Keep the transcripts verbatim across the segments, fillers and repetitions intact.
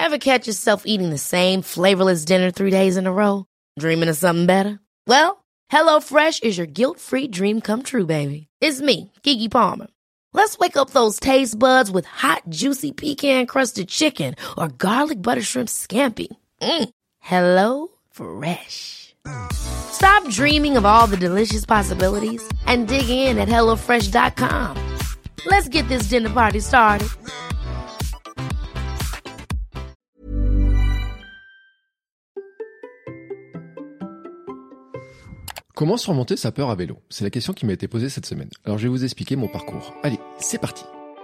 Ever catch yourself eating the same flavorless dinner three days in a row? Dreaming of something better? Well, HelloFresh is your guilt-free dream come true, baby. It's me, Keke Palmer. Let's wake up those taste buds with hot, juicy pecan-crusted chicken or garlic butter shrimp scampi. Mm. Hello Fresh. Stop dreaming of all the delicious possibilities and dig in at hello fresh dot com. Let's get this dinner party started. Comment surmonter sa peur à vélo? C'est la question qui m'a été posée cette semaine. Alors je vais vous expliquer mon parcours. Allez, c'est parti.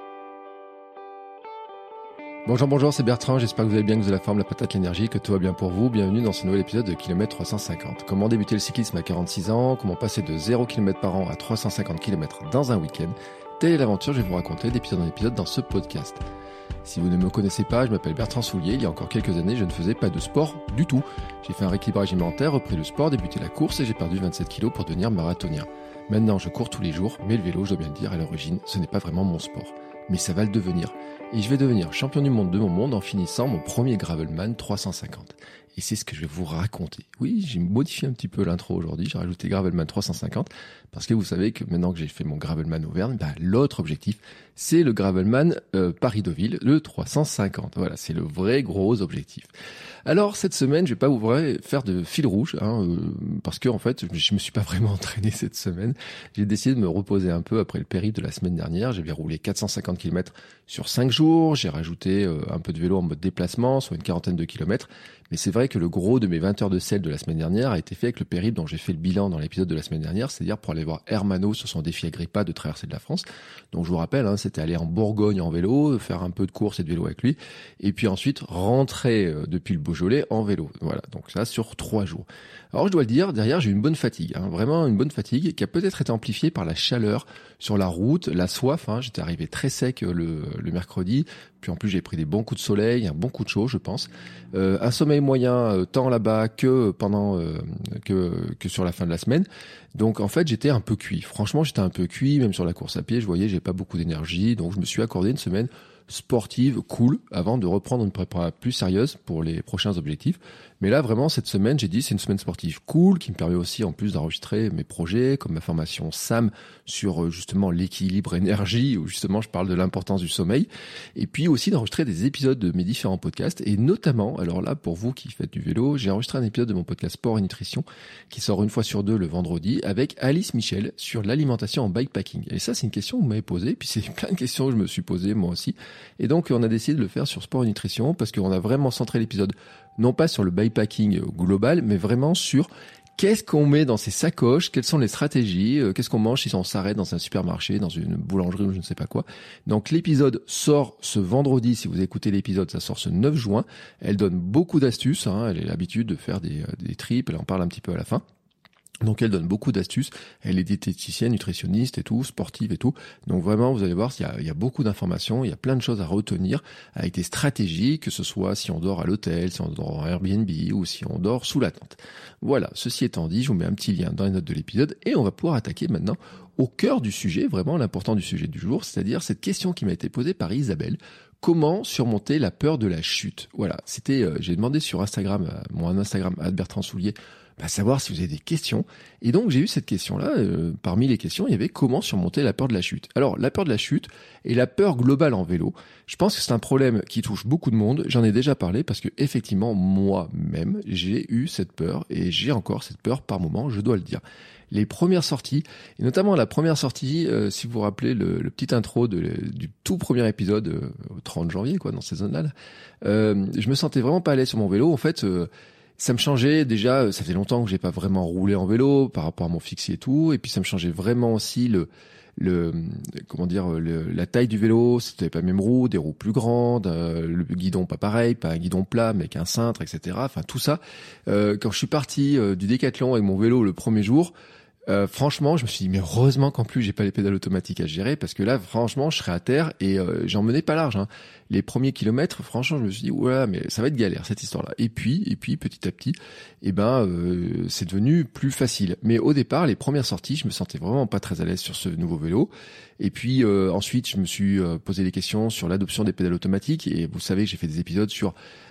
Bonjour, bonjour, c'est Bertrand, j'espère que vous allez bien, que vous avez la forme, la patate, l'énergie, que tout va bien pour vous. Bienvenue dans ce nouvel épisode de Kilomètre trois cent cinquante. Comment débuter le cyclisme à quarante-six ans, comment passer de zéro kilomètre par an à trois cent cinquante kilomètres dans un week-end. Telle est l'aventure que je vais vous raconter d'épisode en épisode dans ce podcast. Si vous ne me connaissez pas, je m'appelle Bertrand Soulier. Il y a encore quelques années, je ne faisais pas de sport du tout. J'ai fait un rééquilibrage alimentaire, repris le sport, débuté la course et j'ai perdu vingt-sept kilos pour devenir marathonien. Maintenant, je cours tous les jours, mais le vélo, je dois bien le dire, à l'origine, ce n'est pas vraiment mon sport. Mais ça va le devenir. Et je vais devenir champion du monde de mon monde en finissant mon premier Gravelman trois cent cinquante. Et c'est ce que je vais vous raconter. Oui, j'ai modifié un petit peu l'intro aujourd'hui, j'ai rajouté Gravelman trois cent cinquante, parce que vous savez que maintenant que j'ai fait mon Gravelman Auvergne, bah, l'autre objectif, c'est le Gravelman euh, Paris-Deauville, le trois cent cinquante. Voilà, c'est le vrai gros objectif. Alors, cette semaine, je vais pas vous faire de fil rouge, hein, euh, parce que en fait, je me suis pas vraiment entraîné cette semaine. J'ai décidé de me reposer un peu après le périple de la semaine dernière. J'avais roulé quatre cent cinquante kilomètres sur cinq jours. J'ai rajouté euh, un peu de vélo en mode déplacement, soit une quarantaine de kilomètres. Mais c'est vrai que le gros de mes vingt heures de selle de la semaine dernière a été fait avec le périple dont j'ai fait le bilan dans l'épisode de la semaine dernière, c'est-à-dire pour aller voir Hermano sur son défi Agrippa de traverser de la France. Donc je vous rappelle, hein, c'était aller en Bourgogne en vélo, faire un peu de course et de vélo avec lui, et puis ensuite rentrer euh, depuis le Beaujolais en vélo. Voilà, donc ça sur trois jours. Alors je dois le dire, derrière j'ai eu une bonne fatigue, hein, vraiment une bonne fatigue qui a peut-être été amplifiée par la chaleur sur la route, la soif. Hein, j'étais arrivé très sec le, le mercredi, puis en plus j'ai pris des bons coups de soleil, un bon coup de chaud je pense. Euh, un sommeil moyen euh, tant là-bas que pendant euh, que que sur la fin de la semaine. Donc en fait j'étais un peu cuit. Franchement j'étais un peu cuit, même sur la course à pied, je voyais j'ai pas beaucoup d'énergie, donc je me suis accordé une semaine sportive, cool, avant de reprendre une préparation plus sérieuse pour les prochains objectifs. Mais là, vraiment, cette semaine, j'ai dit, c'est une semaine sportive cool, qui me permet aussi, en plus, d'enregistrer mes projets, comme ma formation S A M sur, justement, l'équilibre énergie, où, justement, je parle de l'importance du sommeil. Et puis, aussi, d'enregistrer des épisodes de mes différents podcasts. Et notamment, alors là, pour vous qui faites du vélo, j'ai enregistré un épisode de mon podcast Sport et Nutrition, qui sort une fois sur deux le vendredi, avec Alice Michel, sur l'alimentation en bikepacking. Et ça, c'est une question que vous m'avez posée, puis c'est plein de questions que je me suis posées, moi aussi. Et donc, on a décidé de le faire sur Sport et Nutrition, parce qu'on a vraiment centré l'épisode non pas sur le bikepacking global, mais vraiment sur qu'est-ce qu'on met dans ses sacoches, quelles sont les stratégies, euh, qu'est-ce qu'on mange si on s'arrête dans un supermarché, dans une boulangerie ou je ne sais pas quoi. Donc l'épisode sort ce vendredi, si vous écoutez l'épisode, ça sort ce neuf juin. Elle donne beaucoup d'astuces, hein, elle a l'habitude de faire des, des trips, elle en parle un petit peu à la fin. Donc elle donne beaucoup d'astuces, elle est diététicienne, nutritionniste et tout, sportive et tout. Donc vraiment, vous allez voir, il y a, il y a beaucoup d'informations, il y a plein de choses à retenir avec des stratégies, que ce soit si on dort à l'hôtel, si on dort en Airbnb ou si on dort sous la tente. Voilà, ceci étant dit, je vous mets un petit lien dans les notes de l'épisode et on va pouvoir attaquer maintenant au cœur du sujet, vraiment l'important du sujet du jour, c'est-à-dire cette question qui m'a été posée par Isabelle. Comment surmonter la peur de la chute? Voilà, c'était, euh, j'ai demandé sur Instagram, euh, mon Instagram, arobase Bertrand Soulier, bah, savoir si vous avez des questions. Et donc, j'ai eu cette question-là. Euh, parmi les questions, il y avait comment surmonter la peur de la chute. Alors, la peur de la chute et la peur globale en vélo, je pense que c'est un problème qui touche beaucoup de monde. J'en ai déjà parlé parce que, effectivement, moi-même, j'ai eu cette peur et j'ai encore cette peur par moment, je dois le dire. Les premières sorties, et notamment la première sortie, euh, si vous vous rappelez le, le petit intro de, le, du tout premier épisode, euh, au trente janvier, quoi, dans ces zones-là, là, euh, je me sentais vraiment pas à l'aise sur mon vélo. En fait, euh, ça me changeait déjà, ça fait longtemps que j'ai pas vraiment roulé en vélo par rapport à mon fixie et tout, et puis ça me changeait vraiment aussi le le comment dire le, la taille du vélo, c'était pas les mêmes roues, des roues plus grandes, euh, le guidon pas pareil, pas un guidon plat mais avec un cintre, et cetera. Enfin tout ça. Euh, quand je suis parti euh, du Décathlon avec mon vélo le premier jour, Euh, franchement, je me suis dit, mais heureusement qu'en plus j'ai pas les pédales automatiques à gérer, parce que là, franchement, je serais à terre et euh, j'en menais pas large. Hein. Les premiers kilomètres, franchement, je me suis dit, ouais, mais ça va être galère cette histoire-là. Et puis, et puis, petit à petit, eh ben, euh, c'est devenu plus facile. Mais au départ, les premières sorties, je me sentais vraiment pas très à l'aise sur ce nouveau vélo. Et puis euh, ensuite, je me suis euh, posé des questions sur l'adoption des pédales automatiques. Et vous savez, j'ai fait des épisodes sur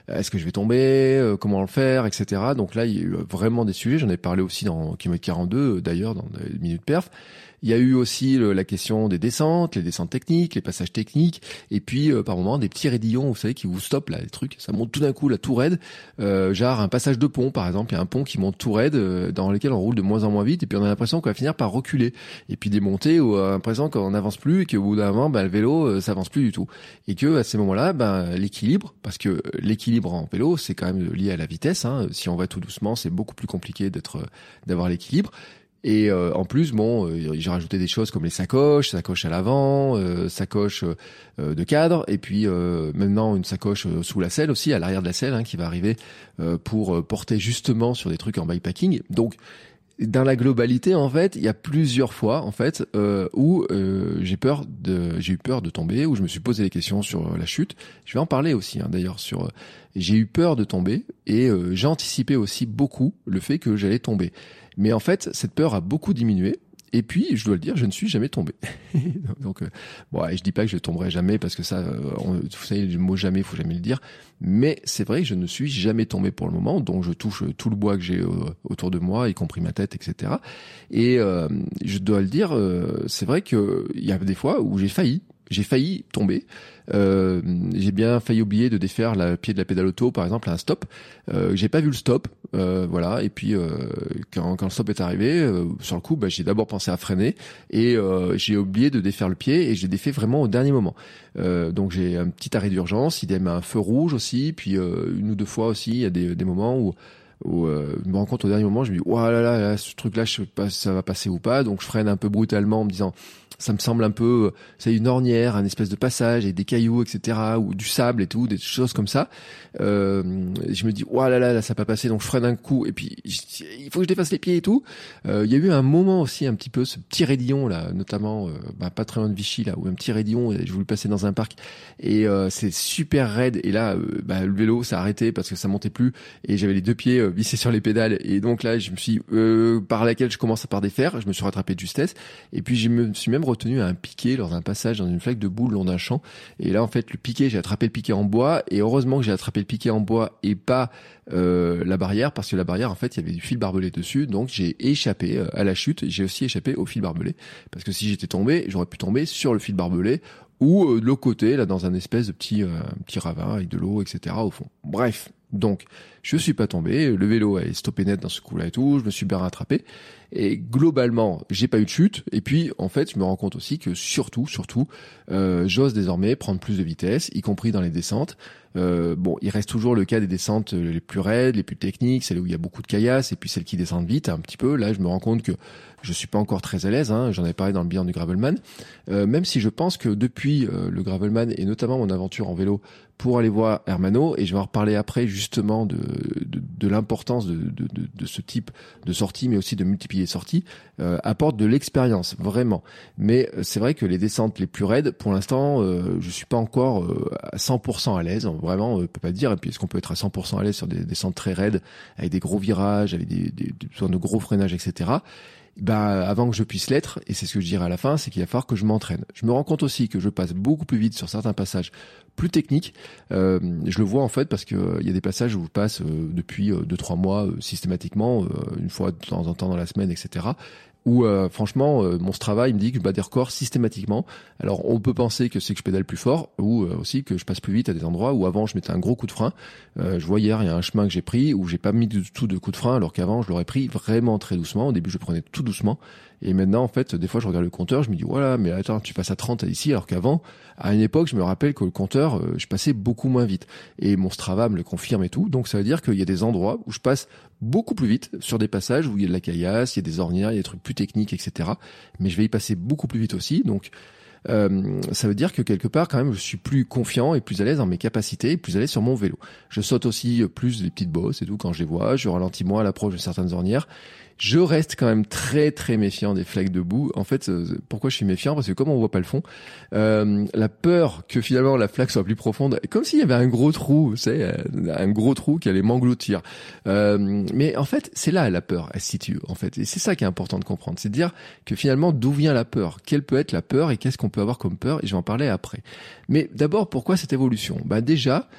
est-ce que je vais tomber, euh, comment le faire, et cetera. Donc là, il y a eu vraiment des sujets. J'en ai parlé aussi dans kilomètre quarante-deux, d'ailleurs, dans les minutes perf. Il y a eu aussi le, la question des descentes, les descentes techniques, les passages techniques, et puis euh, par moment des petits raidillons, vous savez, qui vous stoppent là, les trucs, ça monte tout d'un coup là tout raide, euh, genre un passage de pont par exemple, il y a un pont qui monte tout raide, euh, dans lequel on roule de moins en moins vite, et puis on a l'impression qu'on va finir par reculer, et puis des montées où on a l'impression qu'on n'avance plus, et qu'au bout d'un moment, ben, le vélo euh, s'avance plus du tout, et que à ces moments-là, ben l'équilibre, parce que l'équilibre en vélo, c'est quand même lié à la vitesse, hein. Si on va tout doucement, c'est beaucoup plus compliqué d'être, d'avoir l'équilibre. Et euh, en plus, bon, euh, j'ai rajouté des choses comme les sacoches, sacoches à l'avant, euh, sacoches euh, de cadre, et puis euh, maintenant une sacoche euh, sous la selle aussi, à l'arrière de la selle, hein, qui va arriver euh, pour euh, porter justement sur des trucs en bikepacking. Donc, dans la globalité, en fait, il y a plusieurs fois, en fait, euh, où euh, j'ai peur de, j'ai eu peur de tomber, où je me suis posé des questions sur la chute. Je vais en parler aussi, hein, d'ailleurs, sur. J'ai eu peur de tomber et euh, j'ai anticipé aussi beaucoup le fait que j'allais tomber. Mais en fait, cette peur a beaucoup diminué. Et puis, je dois le dire, je ne suis jamais tombé. Donc, euh, bon, et je dis pas que je tomberai jamais parce que ça, euh, on, vous savez, le mot jamais, faut jamais le dire. Mais c'est vrai que je ne suis jamais tombé pour le moment. Donc, je touche tout le bois que j'ai euh, autour de moi, y compris ma tête, et cetera. Et euh, je dois le dire, euh, c'est vrai que il y a des fois où j'ai failli. J'ai failli tomber. Euh, j'ai bien failli oublier de défaire le pied de la pédale auto, par exemple, à un stop. Euh, j'ai pas vu le stop, euh, voilà. Et puis euh, quand, quand le stop est arrivé, euh, sur le coup, bah, j'ai d'abord pensé à freiner et euh, j'ai oublié de défaire le pied et j'ai défait vraiment au dernier moment. Euh, donc j'ai un petit arrêt d'urgence, idem un feu rouge aussi, puis euh, une ou deux fois aussi, il y a des, des moments où où euh, je me rends compte au dernier moment, je me dis, oh là là, là ce truc-là, je sais pas si ça va passer ou pas. Donc je freine un peu brutalement en me disant, ça me semble un peu, c'est une ornière, un espèce de passage avec des cailloux, et cetera, ou du sable et tout, des choses comme ça. Euh, je me dis, oh là là, là, ça va pas passer. Donc je freine un coup et puis il faut que je défasse les pieds et tout. Euh, il y a eu un moment aussi un petit peu, ce petit raidillon là, notamment, euh, bah, pas très loin de Vichy là, où un petit raidillon, je voulais passer dans un parc et euh, c'est super raide. Et là, euh, bah, le vélo s'est arrêté parce que ça montait plus et j'avais les deux pieds euh, vissés sur les pédales. Et donc là, je me suis euh, par laquelle je commence à par défaire. Je me suis rattrapé de justesse et puis je me suis même retenu à un piquet lors d'un passage dans une flaque de boue le long d'un champ. Et là, en fait, le piquet, j'ai attrapé le piquet en bois et heureusement que j'ai attrapé le piquet en bois et pas euh, la barrière parce que la barrière, en fait, il y avait du fil barbelé dessus. Donc, j'ai échappé euh, à la chute. J'ai aussi échappé au fil barbelé parce que si j'étais tombé, j'aurais pu tomber sur le fil barbelé ou euh, de l'autre côté, là, dans un espèce de petit, euh, petit ravin avec de l'eau, et cetera au fond. Bref. Donc, je suis pas tombé, le vélo est stoppé net dans ce coup-là et tout, je me suis bien rattrapé. Et globalement, j'ai pas eu de chute. Et puis, en fait, je me rends compte aussi que surtout, surtout, euh, j'ose désormais prendre plus de vitesse, y compris dans les descentes. Euh, bon, il reste toujours le cas des descentes les plus raides, les plus techniques, celles où il y a beaucoup de caillasse, et puis celles qui descendent vite un petit peu. Là, je me rends compte que je suis pas encore très à l'aise, hein, j'en avais parlé dans le bilan du Gravelman, euh, même si je pense que depuis euh, le Gravelman, et notamment mon aventure en vélo pour aller voir Hermano, et je vais en reparler après justement de, de, de l'importance de, de, de, de ce type de sortie, mais aussi de multiplier les sorties, euh, apporte de l'expérience, vraiment. Mais c'est vrai que les descentes les plus raides, pour l'instant, euh, je suis pas encore euh, à cent pour cent à l'aise, vraiment, on peut pas dire. Et puis, est-ce qu'on peut être à cent pour cent à l'aise sur des descentes très raides, avec des gros virages, avec des, des, des besoin de gros freinages, et cetera. Bah, avant que je puisse l'être, et c'est ce que je dirai à la fin, c'est qu'il va falloir que je m'entraîne. Je me rends compte aussi que je passe beaucoup plus vite sur certains passages plus techniques. Euh, je le vois en fait parce que il euh, y a des passages où je passe euh, depuis euh, deux trois mois euh, systématiquement, euh, une fois de temps en temps dans la semaine, et cetera. Où euh, franchement, euh, mon Strava il me dit que je bats des records systématiquement. Alors on peut penser que c'est que je pédale plus fort, ou euh, aussi que je passe plus vite à des endroits où avant je mettais un gros coup de frein. Euh, je vois hier il y a un chemin que j'ai pris où j'ai pas mis du tout de coup de frein, alors qu'avant je l'aurais pris vraiment très doucement. Au début je prenais tout doucement. Et maintenant, en fait, des fois, je regarde le compteur, je me dis, voilà, mais attends, tu passes à trente ici, alors qu'avant, à une époque, je me rappelle que le compteur, euh, je passais beaucoup moins vite. Et mon Strava me le confirme et tout. Donc, ça veut dire qu'il y a des endroits où je passe beaucoup plus vite sur des passages où il y a de la caillasse, il y a des ornières, il y a des trucs plus techniques, et cetera. Mais je vais y passer beaucoup plus vite aussi. Donc, Euh, ça veut dire que quelque part quand même je suis plus confiant et plus à l'aise dans mes capacités et plus à l'aise sur mon vélo. Je saute aussi plus les petites bosses et tout quand je les vois, je ralentis moins à l'approche de certaines ornières. Je reste quand même très très méfiant des flaques de boue. En fait, euh, pourquoi je suis méfiant? Parce que comme on voit pas le fond, euh, la peur que finalement la flaque soit plus profonde, comme s'il y avait un gros trou, vous savez, un gros trou qui allait m'engloutir. Euh, mais en fait, c'est là la peur, elle se situe en fait. Et c'est ça qui est important de comprendre, c'est de dire que finalement d'où vient la peur, quelle peut être la peur et qu'est-ce qu'on peut avoir comme peur. Et je vais en parler après. Mais d'abord, pourquoi cette évolution? Bah déjà,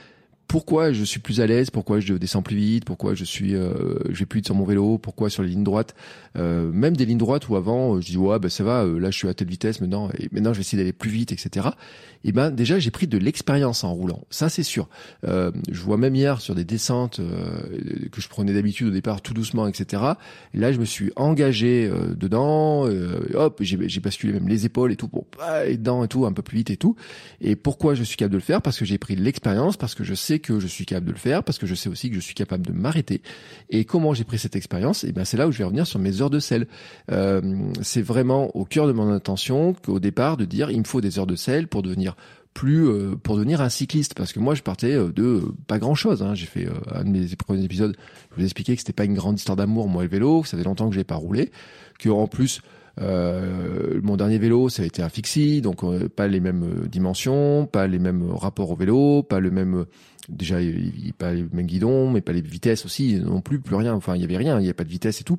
pourquoi je suis plus à l'aise, pourquoi je descends plus vite, pourquoi je suis, euh, je vais plus vite sur mon vélo, pourquoi sur les lignes droites, euh, même des lignes droites où avant je dis ouais ben ça va, euh, là je suis à telle vitesse maintenant et maintenant je vais essayer d'aller plus vite, et cetera. Et ben déjà j'ai pris de l'expérience en roulant, ça c'est sûr. Euh, je vois même hier sur des descentes euh, que je prenais d'habitude au départ tout doucement, et cetera. Et là je me suis engagé euh, dedans, euh, hop j'ai, j'ai basculé même les épaules et tout pour pas aller dedans et tout un peu plus vite et tout. Et pourquoi je suis capable de le faire? Parce que j'ai pris de l'expérience, parce que je sais que je suis capable de le faire, parce que je sais aussi que je suis capable de m'arrêter. Et comment j'ai pris cette expérience? Et ben c'est là où je vais revenir sur mes heures de selle. Euh, c'est vraiment au cœur de mon intention qu'au départ de dire il me faut des heures de selle pour devenir plus euh, pour devenir un cycliste, parce que moi je partais euh, de euh, pas grand chose hein. J'ai fait euh, un de mes premiers épisodes, je vous ai expliqué que c'était pas une grande histoire d'amour moi et le vélo, que ça fait longtemps que j'ai pas roulé, que en plus Euh, mon dernier vélo, ça a été un fixie, donc euh, pas les mêmes euh, dimensions, pas les mêmes rapports au vélo, pas le même euh, déjà il, il, pas les mêmes guidons, mais pas les vitesses aussi non plus, plus rien. Enfin, il y avait rien, il y avait pas de vitesse et tout.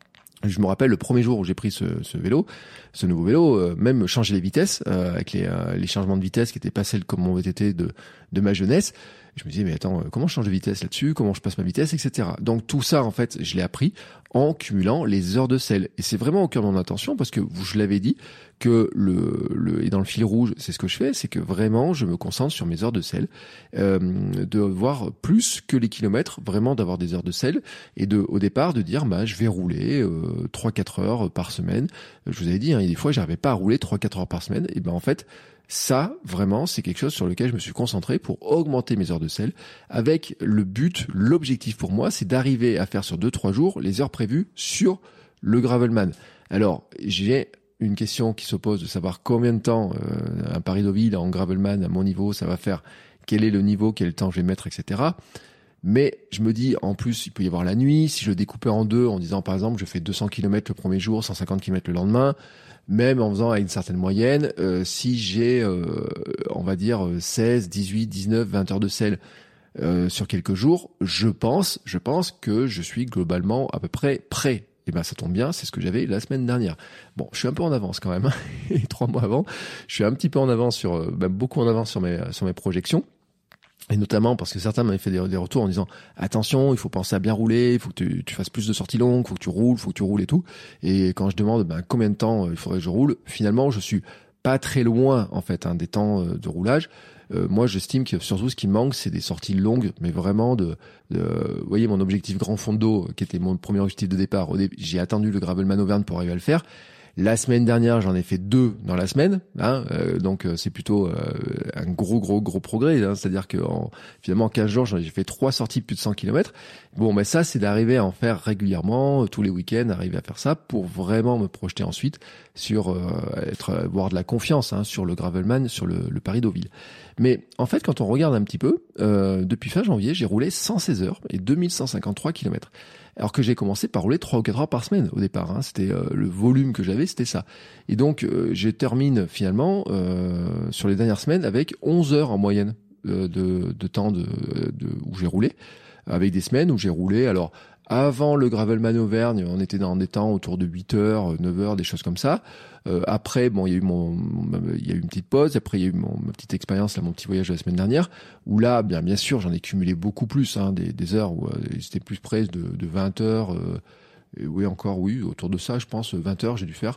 Je me rappelle le premier jour où j'ai pris ce, ce vélo, ce nouveau vélo, euh, même changer les vitesses euh, avec les, euh, les changements de vitesse qui n'étaient pas celles comme on été de, de ma jeunesse. Je me disais mais attends, comment je change de vitesse là-dessus, comment je passe ma vitesse, et cetera. Donc tout ça en fait, je l'ai appris en cumulant les heures de selle. Et c'est vraiment au cœur de mon intention parce que je l'avais dit que le, le et dans le fil rouge, c'est ce que je fais, c'est que vraiment je me concentre sur mes heures de selle, euh, de voir plus que les kilomètres, vraiment d'avoir des heures de selle et de au départ de dire bah je vais rouler euh, trois quatre heures par semaine. Je vous avais dit, hein, il y a des fois j'arrivais pas à rouler trois quatre heures par semaine. Et ben en fait ça, vraiment, c'est quelque chose sur lequel je me suis concentré pour augmenter mes heures de selle avec le but, l'objectif pour moi, c'est d'arriver à faire sur deux trois jours les heures prévues sur le Gravelman. Alors, j'ai une question qui s'oppose de savoir combien de temps euh, un Paris-Deauville en Gravelman à mon niveau, ça va faire, quel est le niveau, quel temps je vais mettre, et cetera. Mais je me dis, en plus, il peut y avoir la nuit, si je le découpais en deux, en disant par exemple, je fais deux cents kilomètres le premier jour, cent cinquante kilomètres le lendemain, même en faisant à une certaine moyenne, euh, si j'ai, euh, on va dire, seize, dix-huit, dix-neuf, vingt heures de selle euh, sur quelques jours, je pense, je pense que je suis globalement à peu près prêt. Et ben ça tombe bien, c'est ce que j'avais la semaine dernière. Bon, je suis un peu en avance quand même, hein, trois mois avant. Je suis un petit peu en avance sur, ben, beaucoup en avance sur mes, sur mes projections. Et notamment parce que certains m'avaient fait des, des retours en disant attention, il faut penser à bien rouler, il faut que tu, tu fasses plus de sorties longues, il faut que tu roules, il faut que tu roules et tout. Et quand je demande ben, combien de temps il faudrait que je roule, finalement je suis pas très loin en fait hein, des temps euh, de roulage. Euh, moi j'estime que surtout ce qui me manque c'est des sorties longues, mais vraiment de, de vous voyez mon objectif grand fond d'eau qui était mon premier objectif de départ. Au début, j'ai attendu le Gravelman Auvergne pour arriver à le faire. La semaine dernière, j'en ai fait deux dans la semaine, hein, euh, donc euh, c'est plutôt euh, un gros, gros, gros progrès. Hein, c'est-à-dire que en, finalement, en quinze jours, j'ai fait trois sorties de plus de cent kilomètres. Bon, mais ça, c'est d'arriver à en faire régulièrement, tous les week-ends, arriver à faire ça pour vraiment me projeter ensuite sur euh, être, avoir de la confiance hein, sur le Gravelman, sur le, le Paris-Deauville. Mais en fait, quand on regarde un petit peu, euh, depuis fin janvier, j'ai roulé cent seize heures et deux mille cent cinquante-trois kilomètres. Alors que j'ai commencé par rouler trois ou quatre heures par semaine au départ. Hein. C'était euh, le volume que j'avais, c'était ça. Et donc, euh, je termine finalement euh, sur les dernières semaines avec onze heures en moyenne euh, de, de temps de, de, où j'ai roulé, avec des semaines où j'ai roulé. Alors, avant le Gravelman Auvergne, on était dans des temps autour de huit heures, neuf heures, des choses comme ça. Euh, après, bon, il y a eu mon, mon, il y a eu une petite pause. Après, il y a eu mon, ma petite expérience, là, mon petit voyage de la semaine dernière, où là, bien, bien sûr, j'en ai cumulé beaucoup plus, hein, des, des heures où euh, c'était plus près de, de vingt heures. Euh, et oui, encore, oui, autour de ça, je pense, vingt heures, j'ai dû faire.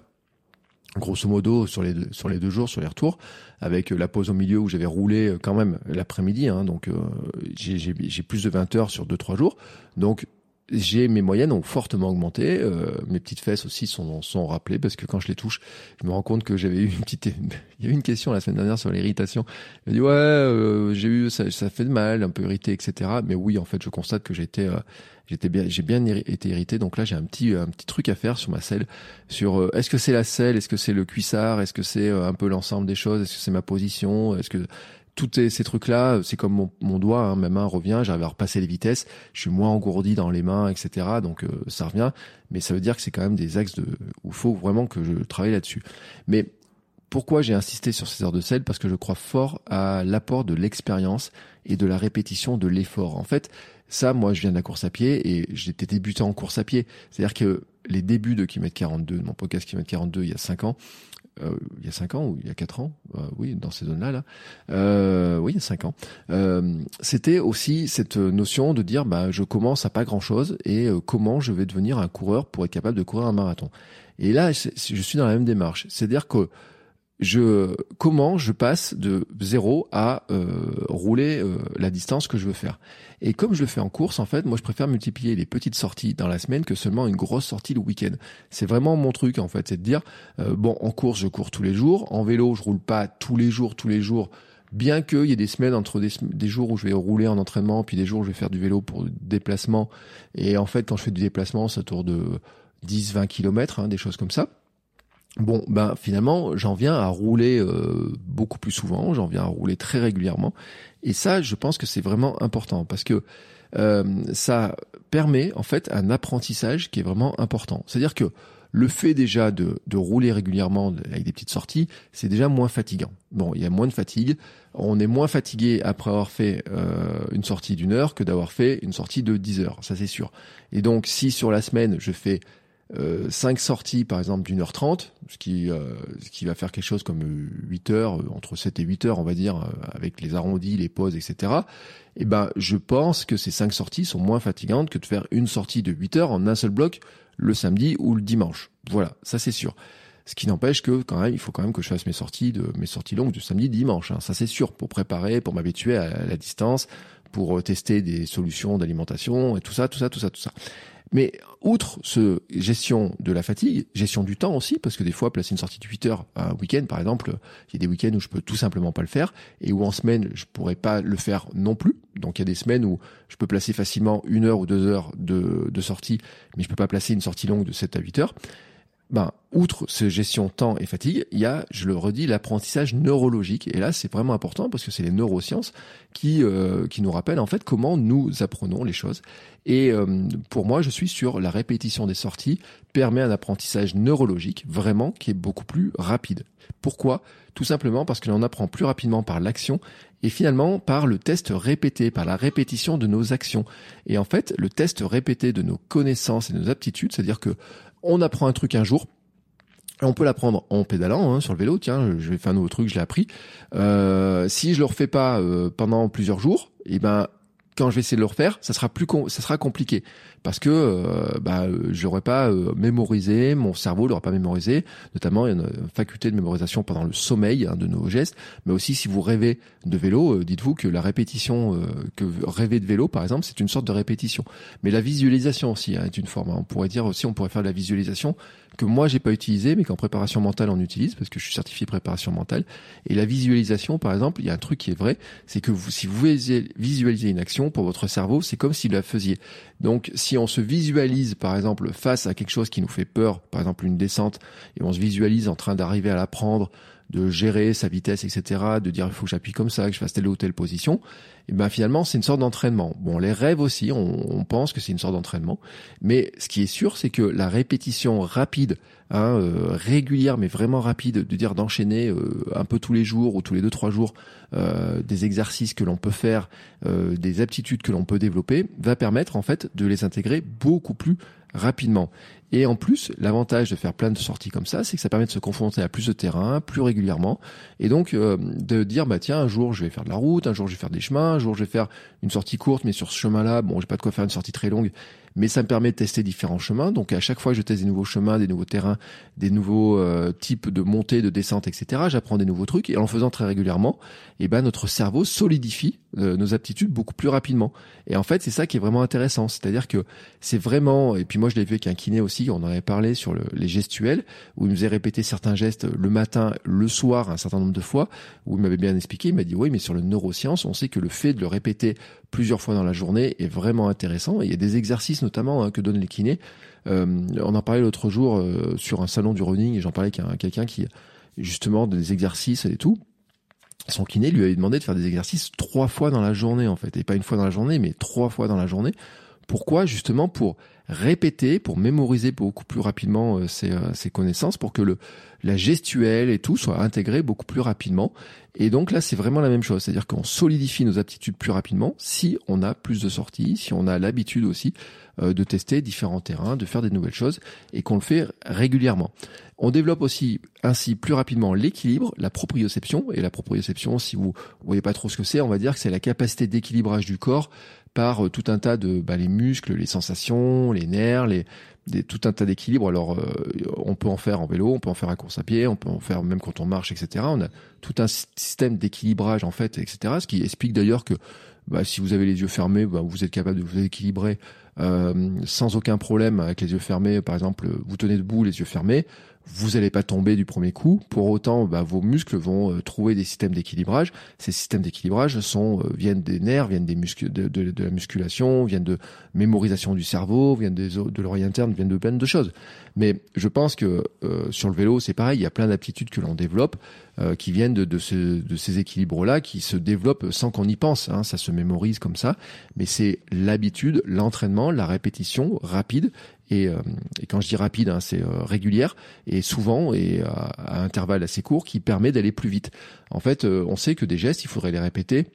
Grosso modo, sur les deux, sur les deux jours, sur les retours, avec la pause au milieu où j'avais roulé quand même l'après-midi, hein, donc euh, j'ai, j'ai, j'ai plus de vingt heures sur deux, trois jours. Donc, j'ai mes moyennes ont fortement augmenté, euh, mes petites fesses aussi sont sont rappelées parce que quand je les touche, je me rends compte que j'avais eu une petite il y a eu une question la semaine dernière sur l'irritation. Il m'a dit ouais, euh, j'ai eu ça ça fait de mal, un peu irrité, et cetera. Mais oui, en fait, je constate que j'étais euh, j'étais bien j'ai bien été irrité. Donc là, j'ai un petit un petit truc à faire sur ma selle, sur euh, est-ce que c'est la selle, est-ce que c'est le cuissard, est-ce que c'est euh, un peu l'ensemble des choses, est-ce que c'est ma position, est-ce que tous ces trucs-là, c'est comme mon, mon doigt, hein, ma main revient, j'arrive à repasser les vitesses, je suis moins engourdi dans les mains, et cetera. Donc euh, ça revient, mais ça veut dire que c'est quand même des axes de, où il faut vraiment que je travaille là-dessus. Mais pourquoi j'ai insisté sur ces heures de selle? Parce que je crois fort à l'apport de l'expérience et de la répétition de l'effort. En fait, ça, moi, je viens de la course à pied et j'étais débutant en course à pied. C'est-à-dire que les débuts de kilomètre quarante-deux, de mon podcast kilomètre quarante-deux il y a cinq ans, euh, il y a cinq ans ou il y a quatre ans, euh, oui, dans ces zones-là, là, euh, oui, il y a cinq ans, euh, c'était aussi cette notion de dire, bah, je commence à pas grand-chose et euh, comment je vais devenir un coureur pour être capable de courir un marathon. Et là, je suis dans la même démarche, c'est-à-dire que je comment je passe de zéro à euh, rouler euh, la distance que je veux faire. Et comme je le fais en course, en fait, moi je préfère multiplier les petites sorties dans la semaine que seulement une grosse sortie le week-end. C'est vraiment mon truc en fait, c'est de dire euh, bon, en course je cours tous les jours, en vélo je roule pas tous les jours, tous les jours. Bien qu'il y ait des semaines entre des, des jours où je vais rouler en entraînement, puis des jours où je vais faire du vélo pour déplacement. Et en fait, quand je fais du déplacement, c'est autour de dix vingt kilomètres, hein, des choses comme ça. Bon, ben finalement, j'en viens à rouler euh, beaucoup plus souvent, j'en viens à rouler très régulièrement. Et ça, je pense que c'est vraiment important parce que euh, ça permet en fait un apprentissage qui est vraiment important. C'est-à-dire que le fait déjà de, de rouler régulièrement avec des petites sorties, c'est déjà moins fatigant. Bon, il y a moins de fatigue. On est moins fatigué après avoir fait euh, une sortie d'une heure que d'avoir fait une sortie de dix heures, ça c'est sûr. Et donc, si sur la semaine, je fais Euh, cinq sorties par exemple d'une heure trente, ce qui euh, ce qui va faire quelque chose comme huit heures, entre sept et huit heures on va dire, euh, avec les arrondis, les pauses, et cetera. Et ben je pense que ces cinq sorties sont moins fatigantes que de faire une sortie de huit heures en un seul bloc le samedi ou le dimanche. Voilà, ça c'est sûr. Ce qui n'empêche que quand même, il faut quand même que je fasse mes sorties de mes sorties longues du samedi, dimanche. Hein. Ça c'est sûr, pour préparer, pour m'habituer à la distance, pour tester des solutions d'alimentation et tout ça, tout ça, tout ça, tout ça. Mais outre ce gestion de la fatigue, gestion du temps aussi, parce que des fois, placer une sortie de huit heures à un week-end, par exemple, il y a des week-ends où je peux tout simplement pas le faire et où en semaine, je pourrais pas le faire non plus. Donc, il y a des semaines où je peux placer facilement une heure ou deux heures de, de sortie, mais je peux pas placer une sortie longue de sept à huit heures. Ben, outre cette gestion temps et fatigue, il y a, je le redis, l'apprentissage neurologique. Et là, c'est vraiment important parce que c'est les neurosciences qui euh, qui nous rappellent en fait comment nous apprenons les choses. Et euh, pour moi, je suis sur la répétition des sorties permet un apprentissage neurologique vraiment qui est beaucoup plus rapide. Pourquoi ? Tout simplement parce que l'on apprend plus rapidement par l'action et finalement par le test répété, par la répétition de nos actions. Et en fait, le test répété de nos connaissances et de nos aptitudes, c'est-à-dire que on apprend un truc un jour, on peut l'apprendre en pédalant hein, sur le vélo. Tiens, je vais faire un nouveau truc, je l'ai appris. Euh, si je le refais pas euh, pendant plusieurs jours, et ben quand je vais essayer de le refaire, ça sera plus com- ça sera compliqué parce que euh, bah j'aurais pas euh, mémorisé, mon cerveau l'aura pas mémorisé. Notamment, il y a une faculté de mémorisation pendant le sommeil hein, de nos gestes, mais aussi si vous rêvez de vélo, euh, dites-vous que la répétition, euh, que rêver de vélo par exemple, c'est une sorte de répétition. Mais la visualisation aussi hein, est une forme. Hein. On pourrait dire aussi, on pourrait faire de la visualisation que moi j'ai pas utilisé, mais qu'en préparation mentale on utilise parce que je suis certifié préparation mentale. Et la visualisation, par exemple, il y a un truc qui est vrai, c'est que vous, si vous visualisez une action pour votre cerveau, c'est comme si vous la faisiez. Donc, si on se visualise, par exemple, face à quelque chose qui nous fait peur, par exemple une descente, et on se visualise en train d'arriver à la prendre, de gérer sa vitesse, et cetera, de dire il faut que j'appuie comme ça, que je fasse telle ou telle position, et ben finalement c'est une sorte d'entraînement. Bon, les rêves aussi, on, on pense que c'est une sorte d'entraînement, mais ce qui est sûr, c'est que la répétition rapide, hein, euh, régulière, mais vraiment rapide, de dire d'enchaîner euh, un peu tous les jours ou tous les deux trois jours euh, des exercices que l'on peut faire, euh, des aptitudes que l'on peut développer, va permettre en fait de les intégrer beaucoup plus rapidement. Et en plus, l'avantage de faire plein de sorties comme ça, c'est que ça permet de se confronter à plus de terrain, plus régulièrement, et donc euh, de dire bah tiens, un jour je vais faire de la route, un jour je vais faire des chemins, un jour je vais faire une sortie courte, mais sur ce chemin-là, bon, j'ai pas de quoi faire une sortie très longue, mais ça me permet de tester différents chemins. Donc à chaque fois que je teste des nouveaux chemins, des nouveaux terrains, des nouveaux euh, types de montées, de descentes, et cetera, j'apprends des nouveaux trucs, et en le faisant très régulièrement, et ben notre cerveau solidifie euh, nos aptitudes beaucoup plus rapidement. Et en fait, c'est ça qui est vraiment intéressant, c'est-à-dire que c'est vraiment, et puis moi je l'ai vu avec un kiné aussi, on en avait parlé sur le, les gestuels, où il nous faisait répéter certains gestes le matin, le soir, un certain nombre de fois, où il m'avait bien expliqué, il m'a dit oui, mais sur le neurosciences, on sait que le fait de le répéter plusieurs fois dans la journée est vraiment intéressant. Et il y a des exercices notamment hein, que donnent les kinés. Euh, on en parlait l'autre jour euh, sur un salon du running, et j'en parlais avec un, quelqu'un qui, justement, des exercices et tout. Son kiné lui avait demandé de faire des exercices trois fois dans la journée, en fait. Et pas une fois dans la journée, mais trois fois dans la journée, Pourquoi? Justement pour répéter, pour mémoriser beaucoup plus rapidement euh, ces, euh, ces connaissances, pour que le, la gestuelle et tout soit intégré beaucoup plus rapidement. Et donc là, c'est vraiment la même chose. C'est-à-dire qu'on solidifie nos aptitudes plus rapidement si on a plus de sorties, si on a l'habitude aussi euh, de tester différents terrains, de faire des nouvelles choses et qu'on le fait régulièrement. On développe aussi ainsi plus rapidement l'équilibre, la proprioception. Et la proprioception, si vous voyez pas trop ce que c'est, on va dire que c'est la capacité d'équilibrage du corps par tout un tas de bah, les muscles, les sensations, les nerfs, les des, tout un tas d'équilibres. Alors, euh, on peut en faire en vélo, on peut en faire à course à pied, on peut en faire même quand on marche, et cetera. On a tout un système d'équilibrage en fait, et cetera. Ce qui explique d'ailleurs que bah, si vous avez les yeux fermés, bah, vous êtes capable de vous équilibrer euh, sans aucun problème avec les yeux fermés. Par exemple, vous tenez debout les yeux fermés, vous n'allez pas tomber du premier coup. Pour autant, bah, vos muscles vont euh, trouver des systèmes d'équilibrage. Ces systèmes d'équilibrage sont euh, viennent des nerfs, viennent des muscles, de, de, de la musculation, viennent de mémorisation du cerveau, viennent des, de l'oreille interne, viennent de plein de choses. Mais je pense que euh, sur le vélo, c'est pareil. Il y a plein d'aptitudes que l'on développe euh, qui viennent de, de, ce, de ces équilibres-là, qui se développent sans qu'on y pense. Hein. Ça se mémorise comme ça. Mais c'est l'habitude, l'entraînement, la répétition rapide. Et, euh, et quand je dis rapide, hein, c'est euh, régulière et souvent et à, à intervalles assez courts qui permet d'aller plus vite. En fait, euh, on sait que des gestes, il faudrait les répéter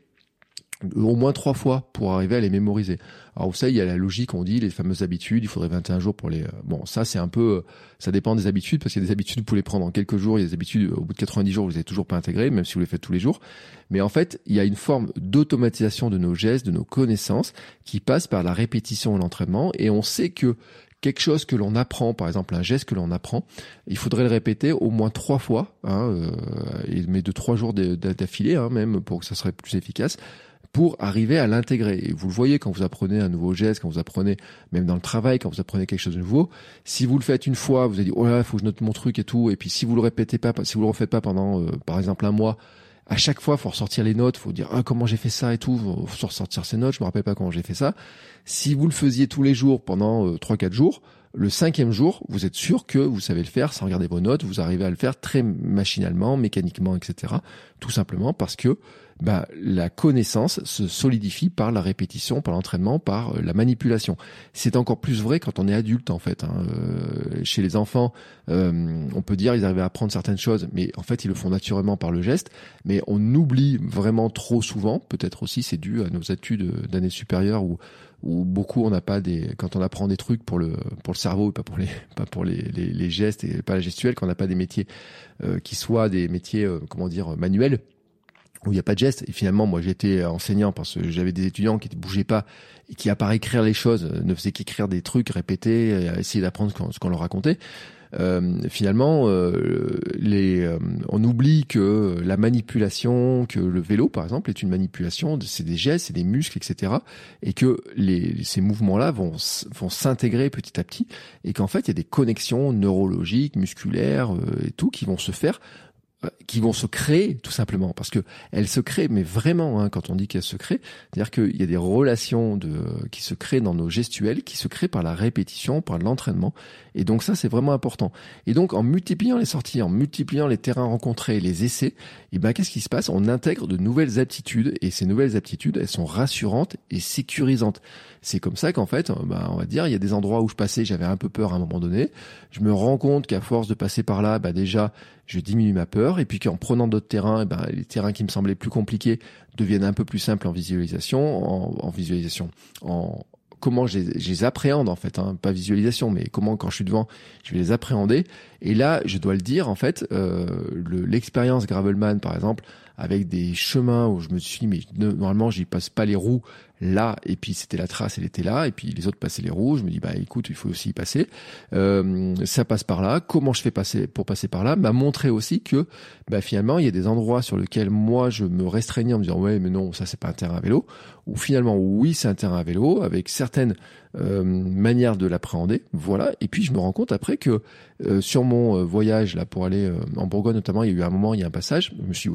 au moins trois fois pour arriver à les mémoriser. Alors vous savez, il y a la logique, on dit les fameuses habitudes, il faudrait vingt et un jours pour les... Bon, ça c'est un peu... Ça dépend des habitudes, parce qu'il y a des habitudes, vous pouvez les prendre en quelques jours, il y a des habitudes, au bout de quatre-vingt-dix jours, vous n'avez toujours pas intégré, même si vous les faites tous les jours. Mais en fait, il y a une forme d'automatisation de nos gestes, de nos connaissances, qui passe par la répétition et l'entraînement, et on sait que quelque chose que l'on apprend, par exemple un geste que l'on apprend, il faudrait le répéter au moins trois fois, hein, euh, mais de trois jours d'affilée, hein, même pour que ça serait plus efficace, pour arriver à l'intégrer. Et vous le voyez quand vous apprenez un nouveau geste, quand vous apprenez, même dans le travail, quand vous apprenez quelque chose de nouveau, si vous le faites une fois, vous allez dire, oh là, il faut que je note mon truc et tout, et puis si vous le répétez pas, si vous le refaites pas pendant, euh, par exemple, un mois, à chaque fois, faut ressortir les notes, faut dire, ah, comment j'ai fait ça et tout, faut ressortir ces notes, je me rappelle pas comment j'ai fait ça. Si vous le faisiez tous les jours pendant euh, trois quatre jours, le cinquième jour, vous êtes sûr que vous savez le faire sans regarder vos notes, vous arrivez à le faire très machinalement, mécaniquement, et cetera. Tout simplement parce que bah, la connaissance se solidifie par la répétition, par l'entraînement, par euh, la manipulation. C'est encore plus vrai quand on est adulte, en fait. Hein. Euh, chez les enfants, euh, on peut dire ils arrivent à apprendre certaines choses, mais en fait, ils le font naturellement par le geste. Mais on oublie vraiment trop souvent, peut-être aussi c'est dû à nos études d'années supérieures où où beaucoup on n'a pas des quand on apprend des trucs pour le pour le cerveau et pas pour les pas pour les les, les gestes et pas la gestuelle, quand on n'a pas des métiers euh, qui soient des métiers euh, comment dire manuels où il n'y a pas de gestes. Et finalement, moi, j'étais enseignant parce que j'avais des étudiants qui ne bougeaient pas et qui, à part écrire les choses, ne faisaient qu'écrire des trucs, répéter, essayer d'apprendre ce qu'on, ce qu'on leur racontait. Euh, finalement, euh, les, euh, on oublie que la manipulation, que le vélo, par exemple, est une manipulation, c'est des gestes, c'est des muscles, et cetera. Et que les, ces mouvements-là vont, vont s'intégrer petit à petit et qu'en fait, il y a des connexions neurologiques, musculaires euh, et tout qui vont se faire, qui vont se créer tout simplement, parce que elles se créent, mais vraiment, hein, quand on dit qu'elles se créent, c'est-à-dire qu'il y a des relations de, qui se créent dans nos gestuels, qui se créent par la répétition, par l'entraînement, et donc ça c'est vraiment important. Et donc en multipliant les sorties, en multipliant les terrains rencontrés, les essais, et ben qu'est-ce qui se passe? On intègre de nouvelles aptitudes, et ces nouvelles aptitudes, elles sont rassurantes et sécurisantes. C'est comme ça qu'en fait, ben, on va dire, il y a des endroits où je passais, j'avais un peu peur à un moment donné, je me rends compte qu'à force de passer par là, ben déjà, je diminue ma peur, et puis qu'en prenant d'autres terrains, ben, les terrains qui me semblaient plus compliqués deviennent un peu plus simples en visualisation, en, en visualisation, en comment je les, je les appréhende en fait, hein, pas visualisation, mais comment quand je suis devant, je vais les appréhender. Et là, je dois le dire en fait, euh, le, l'expérience Gravelman par exemple, avec des chemins où je me suis dit mais normalement j'y passe pas les roues là, et puis c'était la trace, elle était là, et puis les autres passaient les roues. Je me dis bah écoute, il faut aussi y passer. Euh, ça passe par là. Comment je fais passer pour passer par là? M'a montré aussi que bah finalement il y a des endroits sur lesquels moi je me restreignais en me disant ouais mais non ça c'est pas un terrain à vélo. Ou finalement oui c'est un terrain à vélo avec certaines euh, manières de l'appréhender. Voilà. Et puis je me rends compte après que euh, sur mon euh, voyage là pour aller euh, en Bourgogne notamment, il y a eu un moment, il y a un passage. Je me suis dit oh, non mais là je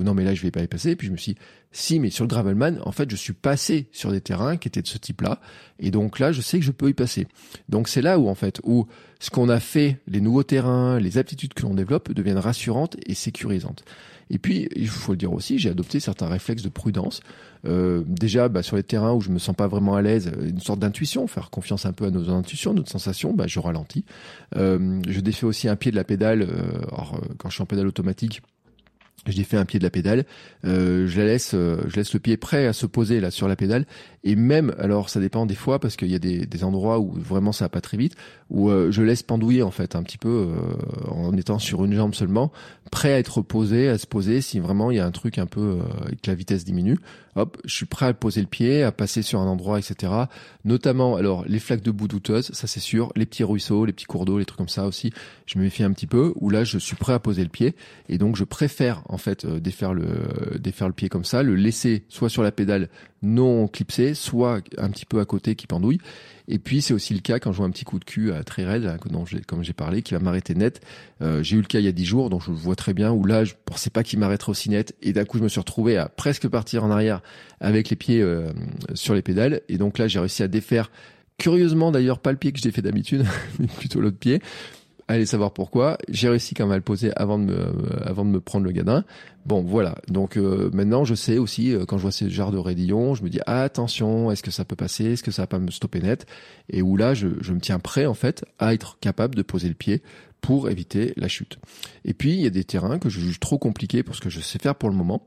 vais pas y passer. Et puis je me suis dit, si, mais sur le gravelman, en fait, je suis passé sur des terrains qui étaient de ce type-là. Et donc là, je sais que je peux y passer. Donc c'est là où, en fait, où ce qu'on a fait, les nouveaux terrains, les aptitudes que l'on développe deviennent rassurantes et sécurisantes. Et puis, il faut le dire aussi, j'ai adopté certains réflexes de prudence. Euh, déjà, bah, sur les terrains où je me sens pas vraiment à l'aise, une sorte d'intuition, faire confiance un peu à nos intuitions, notre sensation, bah, je ralentis. Euh, je défais aussi un pied de la pédale. Euh, alors, quand je suis en pédale automatique, je défais un pied de la pédale, euh, je la laisse, euh, je laisse le pied prêt à se poser là sur la pédale. Et même, alors ça dépend des fois parce qu'il y a des, des endroits où vraiment ça va pas très vite, où euh, je laisse pendouiller en fait un petit peu euh, en étant sur une jambe seulement, prêt à être posé, à se poser si vraiment il y a un truc un peu euh, que la vitesse diminue. Hop, je suis prêt à poser le pied, à passer sur un endroit, et cetera. Notamment, alors les flaques de boue douteuses, ça c'est sûr, les petits ruisseaux, les petits cours d'eau, les trucs comme ça aussi. Je me méfie un petit peu. Où là, je suis prêt à poser le pied, et donc je préfère en fait euh, défaire le défaire le pied comme ça, le laisser soit sur la pédale non clipsé, soit un petit peu à côté qui pendouille. Et puis c'est aussi le cas quand je vois un petit coup de cul à très raide, là, dont j'ai, comme j'ai parlé, qui va m'arrêter net. Euh, j'ai eu le cas il y a dix jours, donc je le vois très bien, où là je pensais pas qu'il m'arrêterait aussi net, et d'un coup je me suis retrouvé à presque partir en arrière avec les pieds euh, sur les pédales. Et donc là j'ai réussi à défaire, curieusement d'ailleurs pas le pied que j'ai fait d'habitude, mais plutôt l'autre pied. Allez savoir pourquoi. J'ai réussi quand même à le poser avant de me, euh, avant de me prendre le gadin. Bon, voilà. Donc euh, maintenant, je sais aussi, euh, quand je vois ces genres de raidillons, je me dis ah, attention, est-ce que ça peut passer, est-ce que ça va pas me stopper net? Et où là, je, je me tiens prêt en fait à être capable de poser le pied pour éviter la chute. Et puis il y a des terrains que je juge trop compliqués pour ce que je sais faire pour le moment.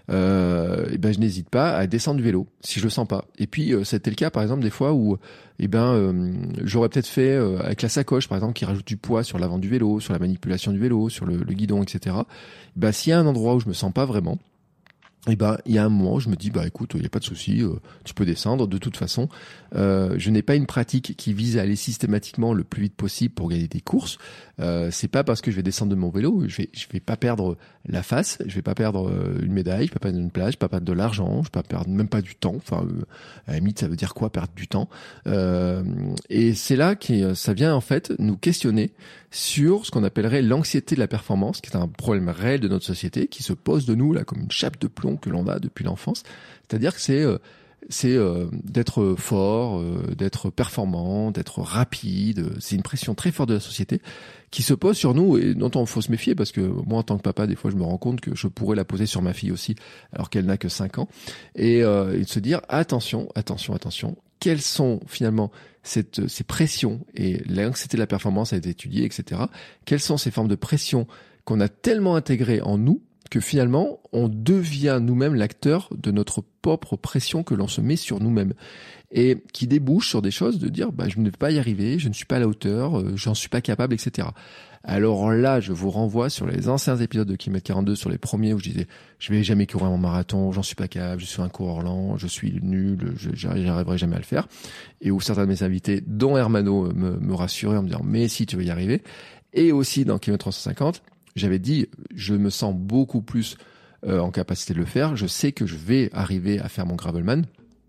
Euh, et ben je n'hésite pas à descendre du vélo si je le sens pas. Et puis euh, c'était le cas par exemple des fois où et ben euh, j'aurais peut-être fait euh, avec la sacoche par exemple qui rajoute du poids sur l'avant du vélo, sur la manipulation du vélo, sur le, le guidon, et cetera. Et ben s'il y a un endroit où je me sens pas vraiment, et ben il y a un moment où je me dis bah écoute, il y a pas de souci, euh, tu peux descendre de toute façon. Euh, je n'ai pas une pratique qui vise à aller systématiquement le plus vite possible pour gagner des courses. Euh, c'est pas parce que je vais descendre de mon vélo, je vais je vais pas perdre la face, je vais pas perdre une médaille, je vais pas perdre une plage, je vais pas perdre de l'argent, je vais pas perdre même pas du temps. Enfin euh, à la limite ça veut dire quoi perdre du temps. Euh, et c'est là que ça vient en fait nous questionner sur ce qu'on appellerait l'anxiété de la performance, qui est un problème réel de notre société, qui se pose de nous là comme une chape de plomb que l'on a depuis l'enfance. C'est-à-dire que c'est euh, c'est euh, d'être fort, euh, d'être performant, d'être rapide. C'est une pression très forte de la société qui se pose sur nous et dont on faut se méfier, parce que moi en tant que papa des fois je me rends compte que je pourrais la poser sur ma fille aussi alors qu'elle n'a que cinq ans, et, euh, et de se dire attention, attention, attention, quelles sont finalement cette, ces pressions, et l'anxiété de la performance a été étudiée, et cetera. Quelles sont ces formes de pression qu'on a tellement intégrées en nous que finalement, on devient nous-mêmes l'acteur de notre propre pression que l'on se met sur nous-mêmes, et qui débouche sur des choses de dire bah, je ne vais pas y arriver, je ne suis pas à la hauteur, euh, j'en suis pas capable, et cetera. Alors là, je vous renvoie sur les anciens épisodes de kilomètre quarante-deux, sur les premiers où je disais je vais jamais courir mon marathon, j'en suis pas capable, je suis un coureur lent, je suis nul, je j'arriverai jamais à le faire, et où certains de mes invités, dont Hermano, me, me rassuraient en me disant mais si, tu vas y arriver. Et aussi dans kilomètre trois cent cinquante, j'avais dit je me sens beaucoup plus euh, en capacité de le faire, je sais que je vais arriver à faire mon gravelman,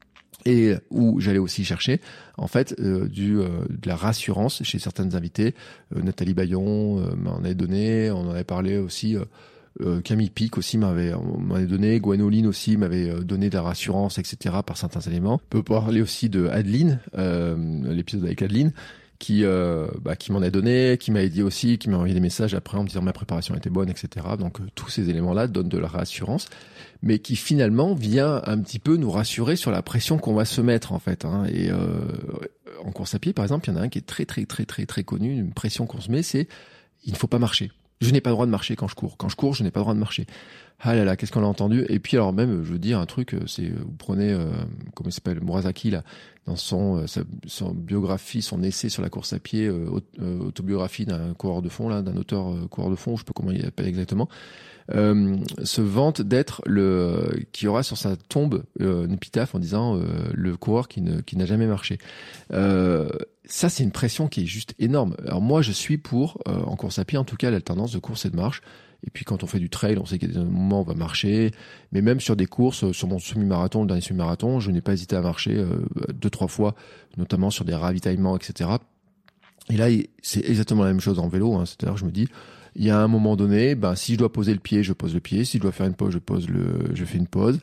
et où j'allais aussi chercher en fait euh, du euh, de la rassurance chez certaines invités. euh, Nathalie Bayon euh, m'en avait donné, on en avait parlé aussi, euh, euh, Camille Pic aussi m'avait m'en avait donné, Gwenoline aussi m'avait donné de la rassurance, etc., par certains éléments. On peut parler aussi de Adeline, euh, l'épisode avec Adeline, qui euh, bah, qui m'en a donné, qui m'a dit aussi, qui m'a envoyé des messages après en me disant ma préparation était bonne, et cetera. Donc euh, tous ces éléments-là donnent de la rassurance, mais qui finalement vient un petit peu nous rassurer sur la pression qu'on va se mettre en fait. Hein. Et euh, en course à pied, par exemple, il y en a un qui est très très très très très connu, une pression qu'on se met, c'est il ne faut pas marcher. Je n'ai pas le droit de marcher quand je cours. Quand je cours, je n'ai pas le droit de marcher. Ah là là, qu'est-ce qu'on a entendu. Et puis alors même, je veux dire un truc, c'est vous prenez, euh, comment il s'appelle, Murasaki là, dans son, euh, sa, son biographie, son essai sur la course à pied, euh, autobiographie d'un coureur de fond là, d'un auteur euh, coureur de fond, je sais pas comment il l'appelle exactement, euh, se vante d'être le qui aura sur sa tombe euh, une épitaphe en disant euh, le coureur qui ne qui n'a jamais marché. Euh, ça c'est une pression qui est juste énorme. Alors moi je suis pour euh, en course à pied en tout cas l'alternance de course et de marche. Et puis quand on fait du trail, on sait qu'il y a des moments où on va marcher, mais même sur des courses, sur mon semi-marathon, le dernier semi-marathon, je n'ai pas hésité à marcher euh, deux trois fois, notamment sur des ravitaillements, et cetera. Et là, c'est exactement la même chose en vélo. Hein. C'est-à-dire, je me dis, il y a un moment donné, ben, si je dois poser le pied, je pose le pied. Si je dois faire une pause, je pose le, je fais une pause.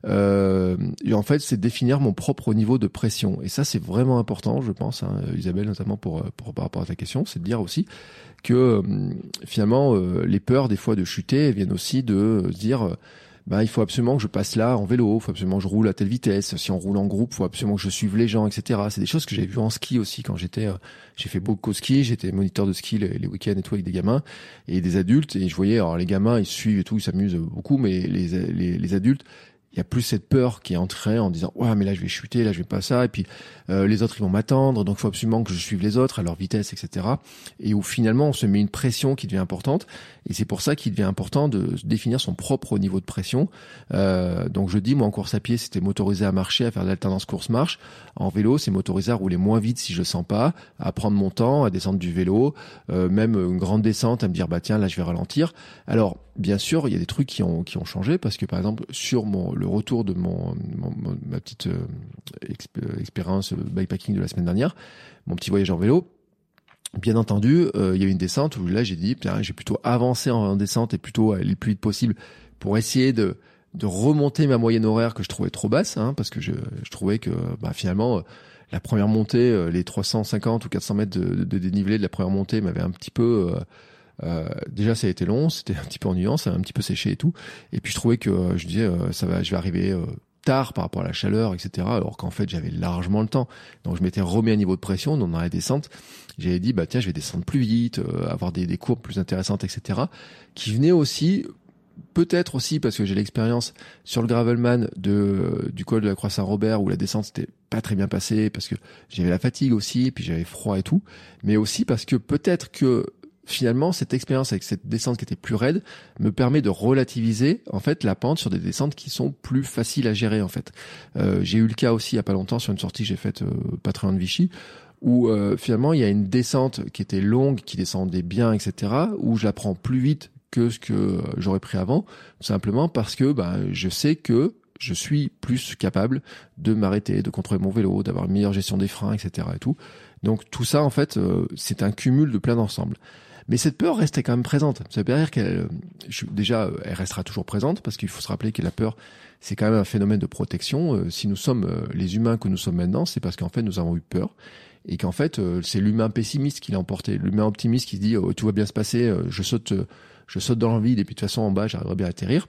Euh, et en fait, c'est définir mon propre niveau de pression. Et ça, c'est vraiment important, je pense, hein, Isabelle, notamment pour, pour, par rapport à ta question, c'est de dire aussi que, euh, finalement, euh, les peurs, des fois, de chuter, elles viennent aussi de se dire, euh, bah, il faut absolument que je passe là en vélo, il faut absolument que je roule à telle vitesse. Si on roule en groupe, il faut absolument que je suive les gens, et cetera. C'est des choses que j'ai vues en ski aussi quand j'étais, euh, j'ai fait beaucoup de ski, j'étais moniteur de ski les, les week-ends et tout avec des gamins et des adultes, et je voyais, alors les gamins, ils suivent et tout, ils s'amusent beaucoup, mais les, les, les adultes, il y a plus cette peur qui est entrée en disant ouais mais là je vais chuter, là je vais pas ça, et puis euh, les autres ils vont m'attendre, donc il faut absolument que je suive les autres à leur vitesse, et cetera. Et où finalement on se met une pression qui devient importante, et c'est pour ça qu'il devient important de définir son propre niveau de pression. Euh, donc je dis, moi en course à pied c'était motorisé à marcher, à faire de l'alternance course-marche. En vélo c'est motorisé à rouler moins vite si je le sens pas, à prendre mon temps, à descendre du vélo, euh, même une grande descente, à me dire bah tiens là je vais ralentir. Alors bien sûr il y a des trucs qui ont qui ont changé, parce que par exemple sur mon le retour de mon, mon ma petite euh, exp, expérience bikepacking de la semaine dernière, mon petit voyage en vélo, bien entendu, euh, il y a eu une descente où là j'ai dit, bien, j'ai plutôt avancé en, en descente et plutôt aller le plus vite possible pour essayer de de remonter ma moyenne horaire que je trouvais trop basse, hein, parce que je, je trouvais que bah, finalement la première montée, euh, les trois cent cinquante ou quatre cents mètres de, de, de dénivelé de la première montée m'avait un petit peu euh, Euh, déjà ça a été long, c'était un petit peu ennuyant, ça a un petit peu séché et tout, et puis je trouvais que euh, je disais euh, ça va, je vais arriver euh, tard par rapport à la chaleur, et cetera, alors qu'en fait j'avais largement le temps. Donc je m'étais remis un niveau de pression, donc dans la descente j'avais dit bah tiens je vais descendre plus vite, euh, avoir des, des courbes plus intéressantes, et cetera, qui venaient aussi peut-être aussi parce que j'ai l'expérience sur le Gravelman de du col de la Croix-Saint-Robert où la descente s'était pas très bien passée, parce que j'avais la fatigue aussi, et puis j'avais froid et tout, mais aussi parce que peut-être que finalement, cette expérience avec cette descente qui était plus raide me permet de relativiser en fait la pente sur des descentes qui sont plus faciles à gérer en fait. Euh, j'ai eu le cas aussi il y a pas longtemps sur une sortie que j'ai faite euh, pas très loin de Vichy, où euh, finalement il y a une descente qui était longue, qui descendait bien, et cetera, où je la prends plus vite que ce que j'aurais pris avant, tout simplement parce que bah, je sais que je suis plus capable de m'arrêter, de contrôler mon vélo, d'avoir une meilleure gestion des freins, et cetera et tout. Donc tout ça en fait, euh, c'est un cumul de plein d'ensemble. Mais cette peur restait quand même présente. Ça veut dire qu'elle, je, déjà, elle restera toujours présente, parce qu'il faut se rappeler que la peur, c'est quand même un phénomène de protection. Euh, si nous sommes euh, les humains que nous sommes maintenant, c'est parce qu'en fait, nous avons eu peur. Et qu'en fait, euh, c'est l'humain pessimiste qui l'a emporté. L'humain optimiste qui se dit, oh, tout va bien se passer, euh, je saute, euh, je saute dans le vide, et puis de toute façon, en bas, j'arriverai bien à atterrir.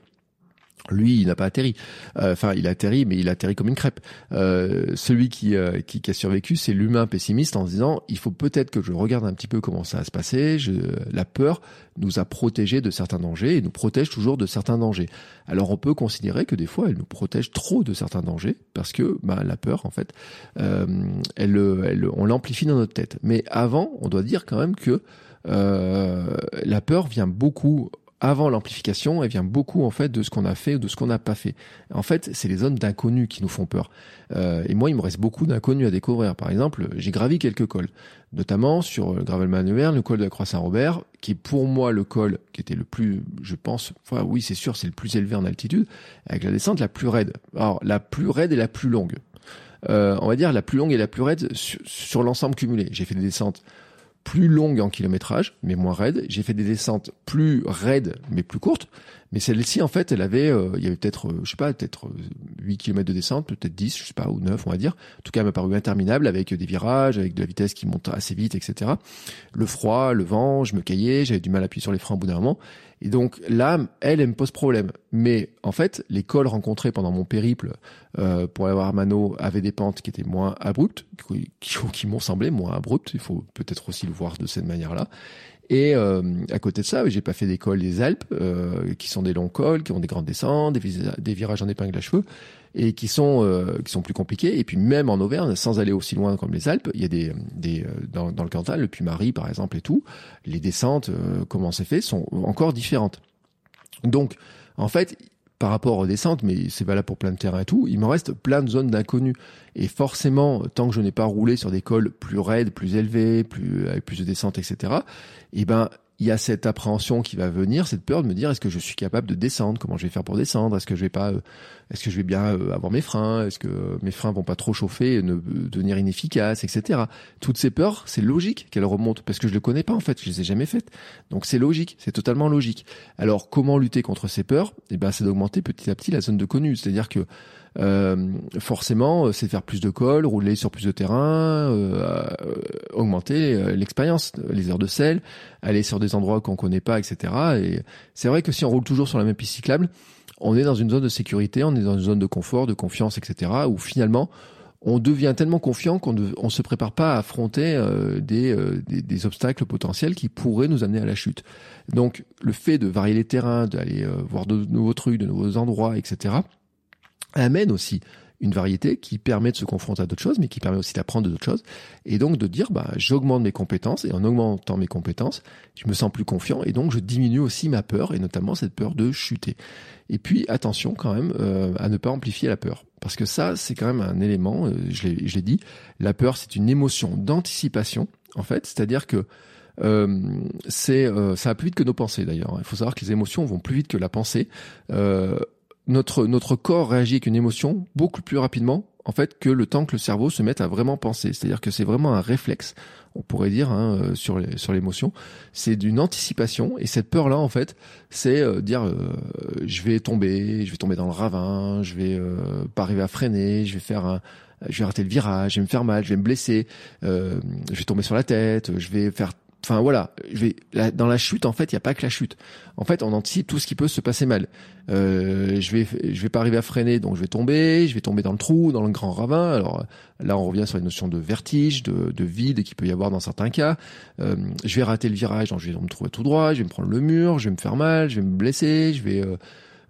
Lui, il n'a pas atterri. Enfin, euh, il a atterri, mais il a atterri comme une crêpe. Euh, celui qui, euh, qui, qui a survécu, c'est l'humain pessimiste en se disant, il faut peut-être que je regarde un petit peu comment ça va se passer. Je, la peur nous a protégés de certains dangers et nous protège toujours de certains dangers. Alors, on peut considérer que des fois, elle nous protège trop de certains dangers, parce que bah, la peur, en fait, euh, elle, elle, on l'amplifie dans notre tête. Mais avant, on doit dire quand même que euh, la peur vient beaucoup avant l'amplification, elle vient beaucoup en fait de ce qu'on a fait ou de ce qu'on n'a pas fait. En fait, c'est les zones d'inconnus qui nous font peur. Euh, et moi, il me reste beaucoup d'inconnus à découvrir. Par exemple, j'ai gravi quelques cols, notamment sur le Gravelman E R, le col de la Croix-Saint-Robert, qui est pour moi le col qui était le plus, je pense, enfin oui, c'est sûr, c'est le plus élevé en altitude, avec la descente la plus raide. Alors, la plus raide et la plus longue. Euh, on va dire la plus longue et la plus raide sur, sur l'ensemble cumulé. J'ai fait des descentes plus longue en kilométrage, mais moins raide. J'ai fait des descentes plus raides, mais plus courtes. Mais celle-ci, en fait, elle avait, euh, il y avait peut-être, euh, je sais pas, peut-être huit kilomètres de descente, peut-être dix, je sais pas, ou neuf, on va dire. En tout cas, elle m'a paru interminable, avec des virages, avec de la vitesse qui monte assez vite, et cetera. Le froid, le vent, je me caillais, j'avais du mal à appuyer sur les freins au bout d'un moment. Et donc là, elle, elle me pose problème. Mais en fait, les cols rencontrés pendant mon périple euh, pour aller voir Mano avaient des pentes qui étaient moins abruptes, qui, qui, qui m'ont semblé moins abruptes. Il faut peut-être aussi le voir de cette manière-là. Et euh, à côté de ça, j'ai pas fait des cols des Alpes, euh, qui sont des longs cols, qui ont des grandes descentes, des, vis- des virages en épingle à cheveux, et qui sont euh, qui sont plus compliqués. Et puis même en Auvergne, sans aller aussi loin comme les Alpes, il y a des des euh, dans, dans le Cantal, le Puy-Marie par exemple et tout, les descentes, euh, comment c'est fait, sont encore différentes. Donc en fait, par rapport aux descentes, mais c'est valable pour plein de terrains et tout, il me reste plein de zones d'inconnus. Et forcément, tant que je n'ai pas roulé sur des cols plus raides, plus élevés, plus avec plus de descentes, et cetera, et ben il y a cette appréhension qui va venir, cette peur de me dire est-ce que je suis capable de descendre, comment je vais faire pour descendre, est-ce que je vais pas, euh, est-ce que je vais bien euh, avoir mes freins, est-ce que mes freins vont pas trop chauffer et ne euh, devenir inefficaces, et cetera. Toutes ces peurs, c'est logique qu'elles remontent parce que je les connais pas en fait, je les ai jamais faites. Donc c'est logique, c'est totalement logique. Alors comment lutter contre ces peurs ? Eh ben c'est d'augmenter petit à petit la zone de connu, c'est-à-dire que Euh, forcément, c'est faire plus de col, rouler sur plus de terrain, euh, euh, augmenter euh, l'expérience, les heures de selle, aller sur des endroits qu'on connaît pas, et cetera. Et c'est vrai que si on roule toujours sur la même piste cyclable, on est dans une zone de sécurité, on est dans une zone de confort, de confiance, et cetera. Où finalement, on devient tellement confiant qu'on ne on se prépare pas à affronter euh, des, euh, des, des obstacles potentiels qui pourraient nous amener à la chute. Donc, le fait de varier les terrains, d'aller euh, voir de nouveaux trucs, de nouveaux endroits, et cetera, amène aussi une variété qui permet de se confronter à d'autres choses, mais qui permet aussi d'apprendre d'autres choses. Et donc de dire, bah, j'augmente mes compétences, et en augmentant mes compétences, je me sens plus confiant, et donc je diminue aussi ma peur, et notamment cette peur de chuter. Et puis, attention quand même euh, à ne pas amplifier la peur. Parce que ça, c'est quand même un élément, euh, je l'ai, je l'ai dit, la peur, c'est une émotion d'anticipation, en fait, c'est-à-dire que Euh, c'est euh, ça va plus vite que nos pensées d'ailleurs. Il faut savoir que les émotions vont plus vite que la pensée. Euh, notre notre corps réagit avec une émotion beaucoup plus rapidement en fait que le temps que le cerveau se mette à vraiment penser. C'est-à-dire que c'est vraiment un réflexe, on pourrait dire hein, sur les, sur l'émotion. C'est d'une anticipation et cette peur là en fait, c'est euh, dire euh, je vais tomber, je vais tomber dans le ravin, je vais euh, pas arriver à freiner, je vais faire un je vais rater le virage, je vais me faire mal, je vais me blesser, euh, je vais tomber sur la tête, je vais faire Enfin voilà, je vais là, dans la chute en fait, il y a pas que la chute. En fait, on anticipe tout ce qui peut se passer mal. Euh, je vais je vais pas arriver à freiner, donc je vais tomber, je vais tomber dans le trou, dans le grand ravin. Alors là, on revient sur les notions de vertige, de, de vide qu'il peut y avoir dans certains cas. Euh, je vais rater le virage, donc je vais me trouver tout droit, je vais me prendre le mur, je vais me faire mal, je vais me blesser, je vais euh,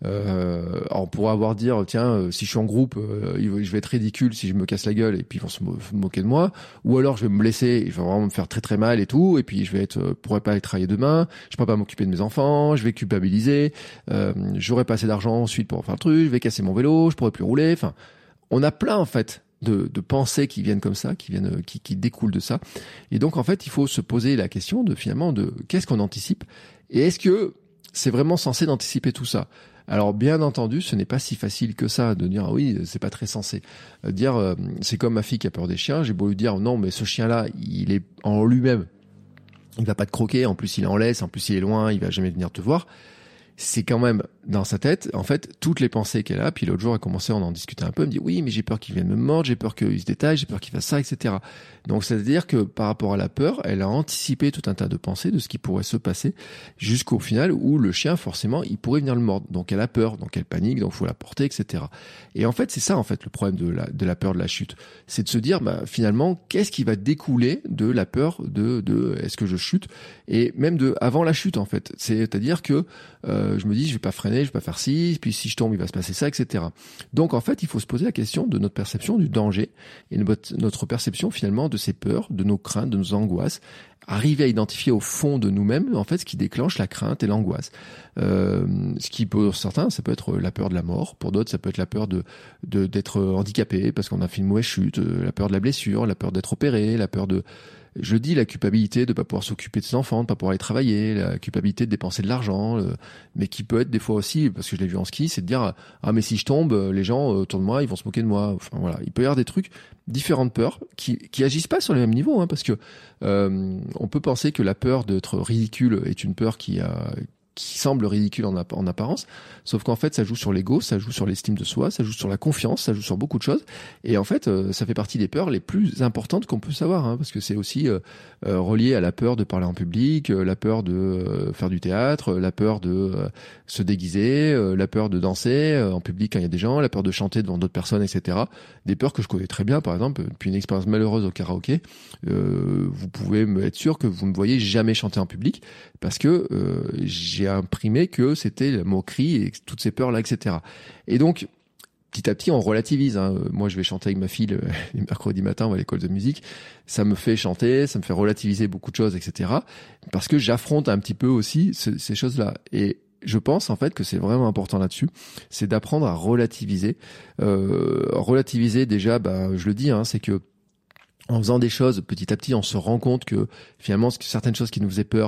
Euh, alors on pourrait avoir dire tiens euh, si je suis en groupe euh, je vais être ridicule si je me casse la gueule et puis ils vont se mo- moquer de moi, ou alors je vais me blesser et je vais vraiment me faire très très mal et tout, et puis je vais être euh, pourrais pas aller travailler demain, je pourrais pas m'occuper de mes enfants, je vais culpabiliser, euh, j'aurai pas assez d'argent ensuite pour faire le truc, je vais casser mon vélo, je pourrais plus rouler. Enfin, on a plein en fait de, de pensées qui viennent comme ça, qui viennent qui, qui découlent de ça, et donc en fait il faut se poser la question de finalement de qu'est-ce qu'on anticipe et est-ce que c'est vraiment censé d'anticiper tout ça. Alors bien entendu, ce n'est pas si facile que ça de dire ah oui, c'est pas très sensé. Euh, dire euh, c'est comme ma fille qui a peur des chiens, j'ai beau lui dire non mais ce chien-là, il est en lui-même, il va pas te croquer, en plus il est en laisse, en plus il est loin, il va jamais venir te voir. C'est quand même dans sa tête, en fait, toutes les pensées qu'elle a. Puis l'autre jour, elle a commencé, on en discutait un peu, elle me dit oui, mais j'ai peur qu'il vienne me mordre, j'ai peur qu'il se détaille, j'ai peur qu'il fasse ça, et cetera. Donc c'est-à-dire que par rapport à la peur, elle a anticipé tout un tas de pensées de ce qui pourrait se passer jusqu'au final où le chien, forcément, il pourrait venir le mordre. Donc elle a peur, donc elle panique, donc faut la porter, et cetera. Et en fait, c'est ça en fait le problème de la de la peur de la chute, c'est de se dire bah finalement qu'est-ce qui va découler de la peur de de est-ce que je chute, et même de avant la chute en fait. C'est-à-dire que euh, je me dis je vais pas freiner, je vais pas faire ci, puis si je tombe il va se passer ça, et cetera. Donc en fait il faut se poser la question de notre perception du danger et notre, notre perception finalement de ces peurs, de nos craintes, de nos angoisses, arriver à identifier au fond de nous-mêmes en fait ce qui déclenche la crainte et l'angoisse. Euh, ce qui pour certains ça peut être la peur de la mort, pour d'autres ça peut être la peur de, de d'être handicapé parce qu'on a fait une mauvaise chute, la peur de la blessure, la peur d'être opéré, la peur de je dis la culpabilité de pas pouvoir s'occuper de ses enfants, de pas pouvoir aller travailler, la culpabilité de dépenser de l'argent, euh, mais qui peut être des fois aussi, parce que je l'ai vu en ski, c'est de dire ah mais si je tombe, les gens autour de moi ils vont se moquer de moi. Enfin voilà, il peut y avoir des trucs, différentes peurs qui qui agissent pas sur les mêmes niveaux, hein, parce que euh, on peut penser que la peur d'être ridicule est une peur qui a qui semble ridicule en, app- en apparence, sauf qu'en fait ça joue sur l'ego, ça joue sur l'estime de soi, ça joue sur la confiance, ça joue sur beaucoup de choses, et en fait euh, ça fait partie des peurs les plus importantes qu'on peut savoir, hein, parce que c'est aussi euh, euh, relié à la peur de parler en public, euh, la peur de euh, faire du théâtre, euh, la peur de euh, se déguiser, euh, la peur de danser euh, en public quand il y a des gens, la peur de chanter devant d'autres personnes, et cetera. Des peurs que je connais très bien, par exemple, depuis une expérience malheureuse au karaoké, euh, vous pouvez me être sûr que vous ne me voyez jamais chanter en public, parce que euh, j'ai imprimé que c'était la moquerie et toutes ces peurs-là, et cetera. Et donc, petit à petit, on relativise. Hein. Moi, je vais chanter avec ma fille le, les mercredis matins, on va à l'école de musique. Ça me fait chanter, ça me fait relativiser beaucoup de choses, et cetera. Parce que j'affronte un petit peu aussi ce, ces choses-là. Et je pense en fait que c'est vraiment important là-dessus, c'est d'apprendre à relativiser. Euh, relativiser déjà, bah, je le dis, hein, c'est que en faisant des choses petit à petit, on se rend compte que finalement, certaines choses qui nous faisaient peur,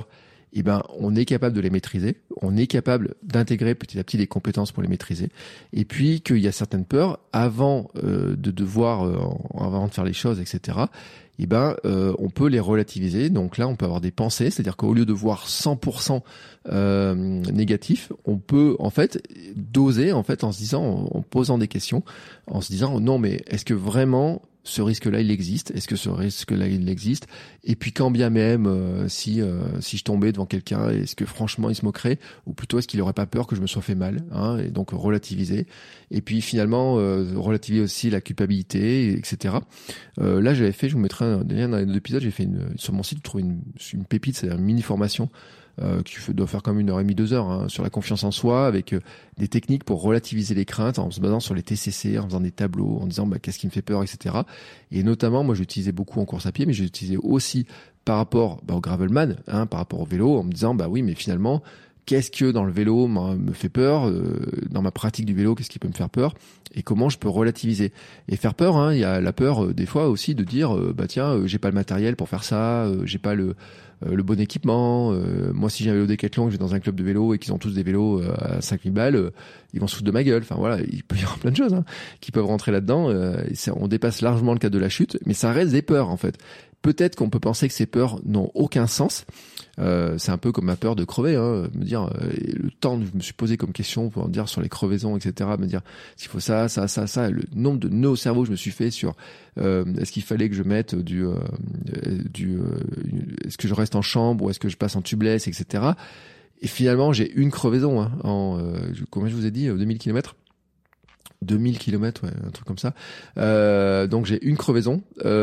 eh ben, on est capable de les maîtriser, on est capable d'intégrer petit à petit des compétences pour les maîtriser, et puis qu'il y a certaines peurs avant euh, de devoir, euh, avant de faire les choses, et cetera. Eh ben, euh, on peut les relativiser. Donc là, on peut avoir des pensées, c'est-à-dire qu'au lieu de voir cent pour cent euh, négatif, on peut en fait doser, en fait, en se disant, en, en posant des questions, en se disant, non, mais est-ce que vraiment ce risque-là, il existe? Est-ce que ce risque-là, il existe? Et puis, quand bien même, euh, si euh, si je tombais devant quelqu'un, est-ce que franchement, il se moquerait? Ou plutôt, est-ce qu'il aurait pas peur que je me sois fait mal, hein? Et donc, relativiser. Et puis, finalement, euh, relativiser aussi la culpabilité, et cetera. Euh, là, j'avais fait, je vous mettrai un lien dans les deux épisodes, j'ai fait une, sur mon site, vous trouvez une, une pépite, c'est une mini-formation Euh, qui doit faire comme une heure et demie, deux heures, hein, sur la confiance en soi, avec euh, des techniques pour relativiser les craintes en se basant sur les T C C, en faisant des tableaux, en disant bah, qu'est-ce qui me fait peur, et cetera. Et notamment, moi, j'utilisais beaucoup en course à pied, mais j'utilisais aussi par rapport bah, au gravelman, hein, par rapport au vélo, en me disant bah oui, mais finalement, qu'est-ce que dans le vélo me fait peur, euh, dans ma pratique du vélo, qu'est-ce qui peut me faire peur, et comment je peux relativiser. Et faire peur, hein, il y a la peur euh, des fois aussi de dire euh, bah tiens, euh, j'ai pas le matériel pour faire ça, euh, j'ai pas le Euh, le bon équipement. Euh, moi, si j'ai un vélo Décathlon, que je vais dans un club de vélo et qu'ils ont tous des vélos euh, à cinq mille balles, euh, ils vont se foutre de ma gueule. Enfin voilà, il peut y avoir plein de choses hein, qui peuvent rentrer là-dedans. Euh, on dépasse largement le cadre de la chute, mais ça reste des peurs en fait. Peut-être qu'on peut penser que ces peurs n'ont aucun sens. Euh, c'est un peu comme ma peur de crever, hein, me dire euh, le temps que je me suis posé comme question pour dire sur les crevaisons, et cetera. Me dire s'il faut ça, ça, ça, ça. Le nombre de nœuds au cerveau que je me suis fait sur euh, est-ce qu'il fallait que je mette du, euh, du, euh, est-ce que je reste en chambre ou est-ce que je passe en tubeless, et cetera. Et finalement, j'ai une crevaison hein, en euh, combien je vous ai dit, deux mille kilomètres. deux mille kilomètres, ouais, un truc comme ça. Euh, donc j'ai une crevaison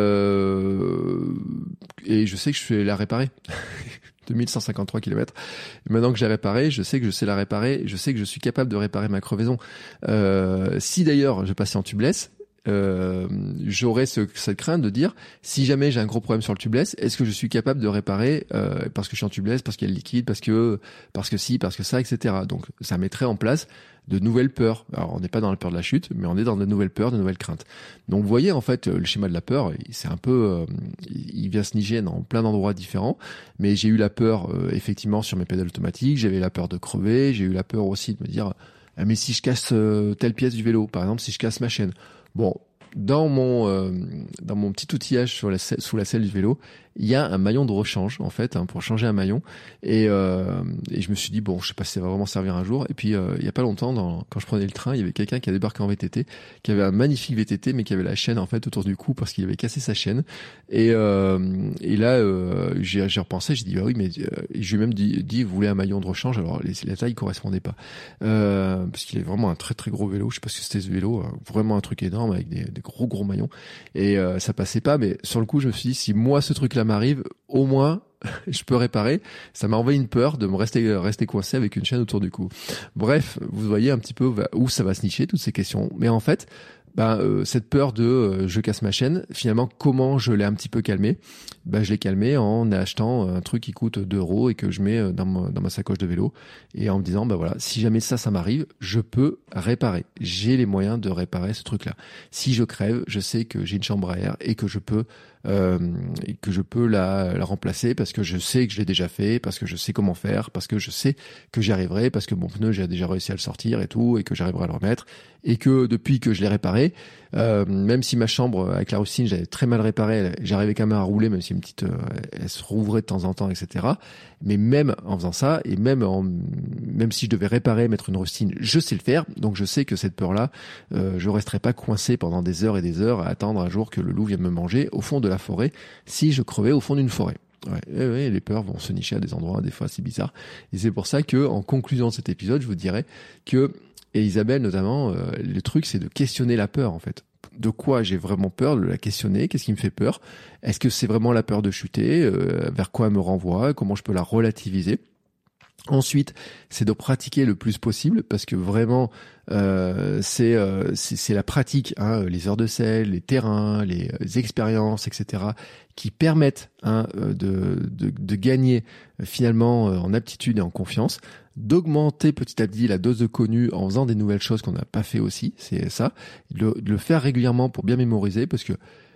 euh, et je sais que je vais la réparer. deux mille cent cinquante-trois kilomètres. Maintenant que j'ai réparé, je sais que je sais la réparer. Je sais que je suis capable de réparer ma crevaison. Euh, si d'ailleurs je passais en tubeless, euh, j'aurais ce, cette crainte de dire si jamais j'ai un gros problème sur le tubeless, est-ce que je suis capable de réparer euh, parce que je suis en tubeless, parce qu'il y a le liquide, parce que parce que si, parce que ça, et cetera. Donc ça mettrait en place de nouvelles peurs. Alors on n'est pas dans la peur de la chute, mais on est dans de nouvelles peurs, de nouvelles craintes. Donc vous voyez en fait le schéma de la peur, c'est un peu, euh, il vient se nicher dans plein d'endroits différents. Mais j'ai eu la peur euh, effectivement sur mes pédales automatiques, j'avais la peur de crever, j'ai eu la peur aussi de me dire ah, mais si je casse euh, telle pièce du vélo, par exemple si je casse ma chaîne. Bon, dans mon euh, dans mon petit outillage sur la selle, sous la selle du vélo, il y a un maillon de rechange en fait hein, pour changer un maillon et, euh, et je me suis dit bon je sais pas si ça va vraiment servir un jour et puis euh, il y a pas longtemps dans, quand je prenais le train il y avait quelqu'un qui a débarqué en V T T qui avait un magnifique V T T mais qui avait la chaîne en fait autour du cou parce qu'il avait cassé sa chaîne et euh, et là euh, j'ai, j'ai repensé j'ai dit bah oui mais euh, je lui ai même dit, dit vous voulez un maillon de rechange alors les, la taille correspondait pas euh, parce qu'il est vraiment un très très gros vélo je sais pas si c'était ce vélo hein, vraiment un truc énorme avec des, des gros gros maillons et euh, ça passait pas mais sur le coup je me suis dit si moi ce truc là m'arrive, au moins je peux réparer. Ça m'a envoyé une peur de me rester rester coincé avec une chaîne autour du cou. Bref, vous voyez un petit peu où ça va se nicher toutes ces questions. Mais en fait, ben euh, cette peur de euh, je casse ma chaîne, finalement comment je l'ai un petit peu calmée? Ben je l'ai calmée en achetant un truc qui coûte deux euros et que je mets dans ma, dans ma sacoche de vélo et en me disant ben voilà si jamais ça ça m'arrive, je peux réparer. J'ai les moyens de réparer ce truc-là. Si je crève, je sais que j'ai une chambre à air et que je peux euh, et que je peux la, la remplacer parce que je sais que je l'ai déjà fait, parce que je sais comment faire, parce que je sais que j'y arriverai, parce que mon pneu j'ai déjà réussi à le sortir et tout et que j'arriverai à le remettre et que depuis que je l'ai réparé, euh, même si ma chambre avec la rustine j'avais très mal réparé, j'arrivais quand même à rouler même si une petite, euh, elle se rouvrait de temps en temps, et cetera. Mais même en faisant ça et même en, même si je devais réparer, mettre une rustine, je sais le faire. Donc je sais que cette peur-là, euh, je resterai pas coincé pendant des heures et des heures à attendre un jour que le loup vienne me manger au fond de la forêt si je crevais au fond d'une forêt. Ouais, ouais, ouais, les peurs vont se nicher à des endroits des fois assez bizarres. Et c'est pour ça que, en conclusion de cet épisode, je vous dirais que, et Isabelle notamment, euh, le truc c'est de questionner la peur en fait. De quoi j'ai vraiment peur, de la questionner, qu'est-ce qui me fait peur? Est-ce que c'est vraiment la peur de chuter? euh, Vers quoi elle me renvoie? Comment je peux la relativiser? Ensuite, c'est de pratiquer le plus possible parce que vraiment, euh, c'est, euh, c'est c'est la pratique, hein, les heures de selle, les terrains, les, les expériences, et cetera, qui permettent hein, de, de de gagner finalement en aptitude et en confiance, d'augmenter petit à petit la dose de connu en faisant des nouvelles choses qu'on n'a pas fait aussi, c'est ça, de, de le faire régulièrement pour bien mémoriser parce que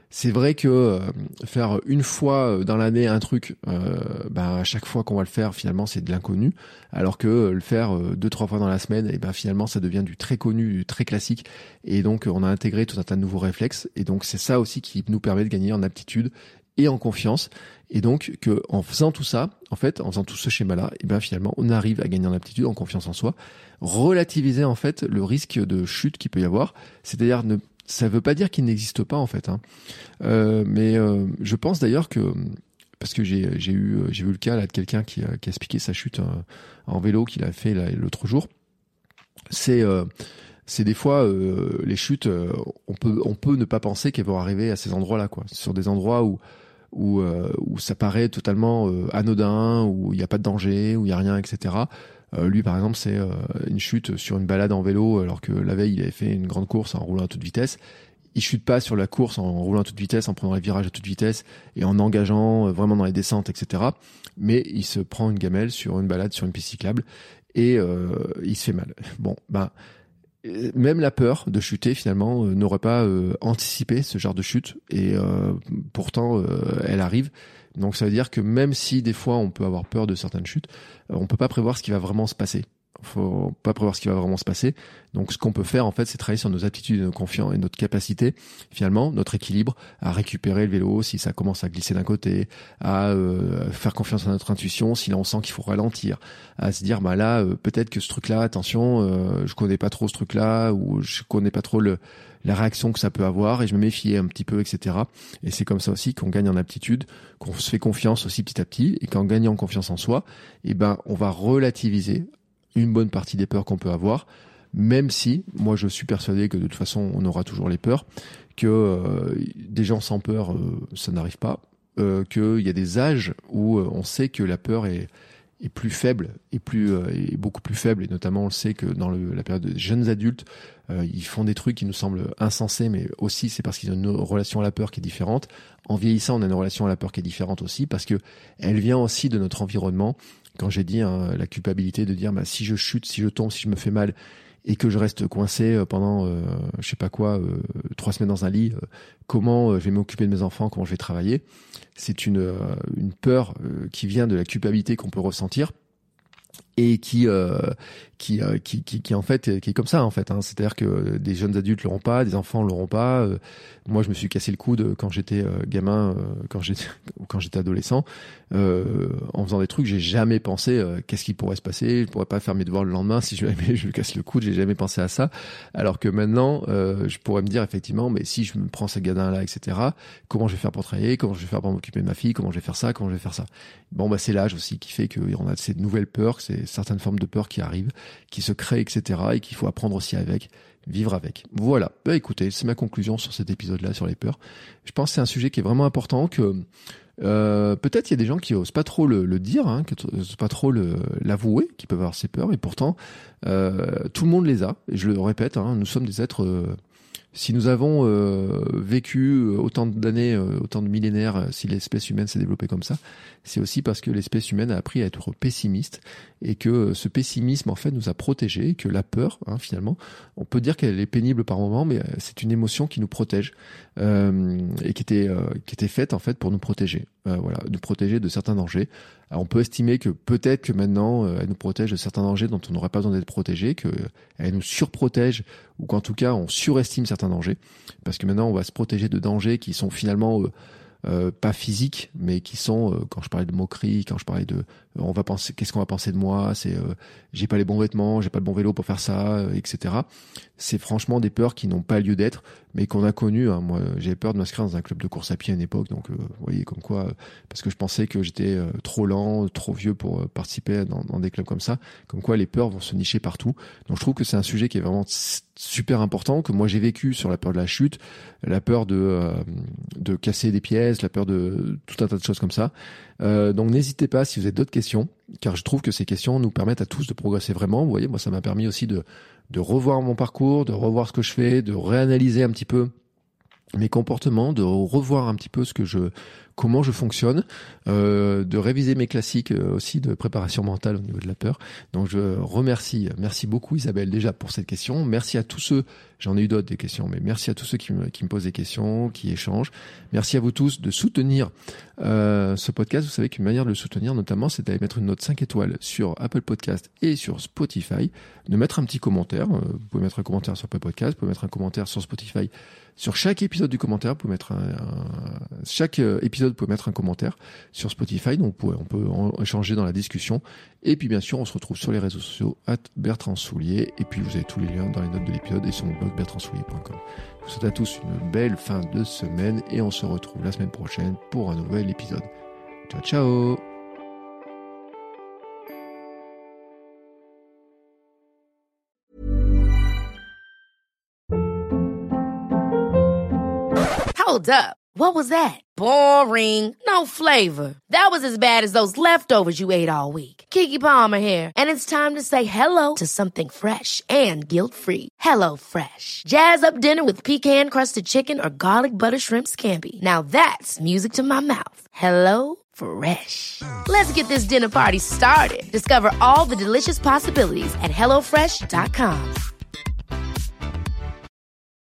c'est vrai que euh, faire une fois dans l'année un truc, euh, ben à chaque fois qu'on va le faire, finalement, c'est de l'inconnu. Alors que euh, le faire euh, deux, trois fois dans la semaine, et ben finalement, ça devient du très connu, du très classique. Et donc, on a intégré tout un tas de nouveaux réflexes. Et donc, c'est ça aussi qui nous permet de gagner en aptitude et en confiance. Et donc, que en faisant tout ça, en fait, en faisant tout ce schéma-là, et ben finalement, on arrive à gagner en aptitude, en confiance en soi, relativiser en fait le risque de chute qu'il peut y avoir. C'est-à-dire ne Ça veut pas dire qu'il n'existe pas en fait, hein. Euh, mais euh, je pense d'ailleurs que parce que j'ai j'ai eu j'ai vu le cas là de quelqu'un qui a, qui a expliqué sa chute euh, en vélo qu'il a fait là, l'autre jour. C'est euh, c'est des fois euh, les chutes, euh, on peut on peut ne pas penser qu'elles vont arriver à ces endroits-là, quoi. Sur des endroits où où euh, où ça paraît totalement euh, anodin, où il n'y a pas de danger, où il y a rien, et cetera. Euh, lui, par exemple, c'est euh, une chute sur une balade en vélo, alors que la veille, il avait fait une grande course en roulant à toute vitesse. Il chute pas sur la course en roulant à toute vitesse, en prenant les virages à toute vitesse et en engageant euh, vraiment dans les descentes, et cetera. Mais il se prend une gamelle sur une balade sur une piste cyclable et euh, il se fait mal. Bon, ben, même la peur de chuter, finalement, euh, n'aurait pas euh, anticipé ce genre de chute et euh, pourtant, euh, elle arrive. Donc ça veut dire que même si des fois on peut avoir peur de certaines chutes, on peut pas prévoir ce qui va vraiment se passer. Faut pas prévoir ce qui va vraiment se passer. Donc ce qu'on peut faire en fait, c'est travailler sur nos aptitudes et nos confiances et notre capacité, finalement, notre équilibre à récupérer le vélo si ça commence à glisser d'un côté, à euh, faire confiance à notre intuition si là on sent qu'il faut ralentir, à se dire bah là euh, peut-être que ce truc-là, attention, euh, je connais pas trop ce truc-là ou je connais pas trop le la réaction que ça peut avoir et je me méfie un petit peu, et cetera. Et c'est comme ça aussi qu'on gagne en aptitude, qu'on se fait confiance aussi petit à petit et qu'en gagnant confiance en soi, eh ben on va relativiser une bonne partie des peurs qu'on peut avoir, même si moi je suis persuadé que de toute façon on aura toujours les peurs, que euh, des gens sans peur euh, ça n'arrive pas, euh, qu'il y a des âges où euh, on sait que la peur est est plus faible, est plus euh, est beaucoup plus faible, et notamment on le sait que dans le, la période des jeunes adultes, euh, ils font des trucs qui nous semblent insensés, mais aussi c'est parce qu'ils ont une relation à la peur qui est différente. En vieillissant, on a une relation à la peur qui est différente aussi, parce que elle vient aussi de notre environnement. Quand j'ai dit hein, la culpabilité de dire bah, si je chute, si je tombe, si je me fais mal et que je reste coincé pendant euh, je sais pas quoi euh, trois semaines dans un lit, euh, comment euh, je vais m'occuper de mes enfants, comment je vais travailler, c'est une euh, une peur euh, qui vient de la culpabilité qu'on peut ressentir et qui euh, qui, euh, qui qui qui en fait qui est comme ça en fait, hein. C'est-à-dire que des jeunes adultes l'auront pas, des enfants l'auront pas. Euh, moi je me suis cassé le coude quand j'étais euh, gamin, euh, quand j'étais quand j'étais adolescent, euh, en faisant des trucs, j'ai jamais pensé euh, qu'est-ce qui pourrait se passer, je pourrais pas faire mes devoirs le lendemain si je je me casse le coude, j'ai jamais pensé à ça. Alors que maintenant euh, je pourrais me dire effectivement mais si je me prends ces gadins là, et cetera, comment je vais faire pour travailler, comment je vais faire pour m'occuper de ma fille, comment je vais faire ça, comment je vais faire ça. Bon bah c'est l'âge aussi qui fait qu'on a ces nouvelles peurs, c'est certaines formes de peur qui arrivent, qui se créent, et cetera, et qu'il faut apprendre aussi avec, vivre avec. Voilà. Bah écoutez, c'est ma conclusion sur cet épisode-là, sur les peurs. Je pense que c'est un sujet qui est vraiment important, que euh, peut-être il y a des gens qui osent pas trop le, le dire, hein, qui osent pas trop le, l'avouer, qui peuvent avoir ces peurs, et pourtant euh, tout le monde les a. Et je le répète, hein, nous sommes des êtres. Euh, Si nous avons euh, vécu autant d'années, euh, autant de millénaires, euh, si l'espèce humaine s'est développée comme ça, c'est aussi parce que l'espèce humaine a appris à être pessimiste et que euh, ce pessimisme en fait nous a protégés, que la peur, hein, finalement, on peut dire qu'elle est pénible par moments, mais euh, c'est une émotion qui nous protège euh, et qui était euh, qui était faite en fait pour nous protéger, euh, voilà, nous protéger de certains dangers. Alors on peut estimer que peut-être que maintenant euh, elle nous protège de certains dangers dont on n'aurait pas besoin d'être protégé, que elle nous surprotège ou qu'en tout cas on surestime certains dangers, parce que maintenant on va se protéger de dangers qui sont finalement euh, euh, pas physiques, mais qui sont, euh, quand je parlais de moquerie, quand je parlais de, euh, on va penser, qu'est-ce qu'on va penser de moi, c'est, euh, j'ai pas les bons vêtements, j'ai pas le bon vélo pour faire ça, euh, et cetera. C'est franchement des peurs qui n'ont pas lieu d'être, mais qu'on a connues, hein. Moi, j'avais peur de m'inscrire dans un club de course à pied à une époque, donc euh, vous voyez comme quoi, euh, parce que je pensais que j'étais euh, trop lent, trop vieux pour euh, participer dans, dans des clubs comme ça, comme quoi les peurs vont se nicher partout. Donc je trouve que c'est un sujet qui est vraiment super important, que moi j'ai vécu sur la peur de la chute, la peur de euh, de casser des pièces, la peur de tout un tas de choses comme ça. Euh, donc n'hésitez pas si vous avez d'autres questions, car je trouve que ces questions nous permettent à tous de progresser vraiment. Vous voyez, moi ça m'a permis aussi de de revoir mon parcours, de revoir ce que je fais, de réanalyser un petit peu mes comportements, de revoir un petit peu ce que je comment je fonctionne, euh, de réviser mes classiques euh, aussi de préparation mentale au niveau de la peur. Donc je remercie, merci beaucoup Isabelle déjà pour cette question. Merci à tous ceux, j'en ai eu d'autres des questions, mais merci à tous ceux qui me, qui me posent des questions, qui échangent. Merci à vous tous de soutenir euh, ce podcast. Vous savez qu'une manière de le soutenir notamment, c'est d'aller mettre une note cinq étoiles sur Apple Podcast et sur Spotify, de mettre un petit commentaire. Vous pouvez mettre un commentaire sur Apple Podcast, vous pouvez mettre un commentaire sur Spotify. Sur chaque épisode du commentaire, vous pouvez mettre un, un chaque épisode, vous pouvez mettre un commentaire sur Spotify. Donc, vous pouvez, on peut en, échanger dans la discussion. Et puis, bien sûr, on se retrouve sur les réseaux sociaux, arobase Bertrand Soulier. Et puis, vous avez tous les liens dans les notes de l'épisode et sur mon blog bertrand soulier point com. Je vous souhaite à tous une belle fin de semaine et on se retrouve la semaine prochaine pour un nouvel épisode. Ciao, ciao! Hold up. What was that? Boring. No flavor. That was as bad as those leftovers you ate all week. Keke Palmer here. And it's time to say hello to something fresh and guilt-free. Hello Fresh. Jazz up dinner with pecan-crusted chicken or garlic butter shrimp scampi. Now that's music to my mouth. Hello Fresh. Let's get this dinner party started. Discover all the delicious possibilities at hello fresh dot com.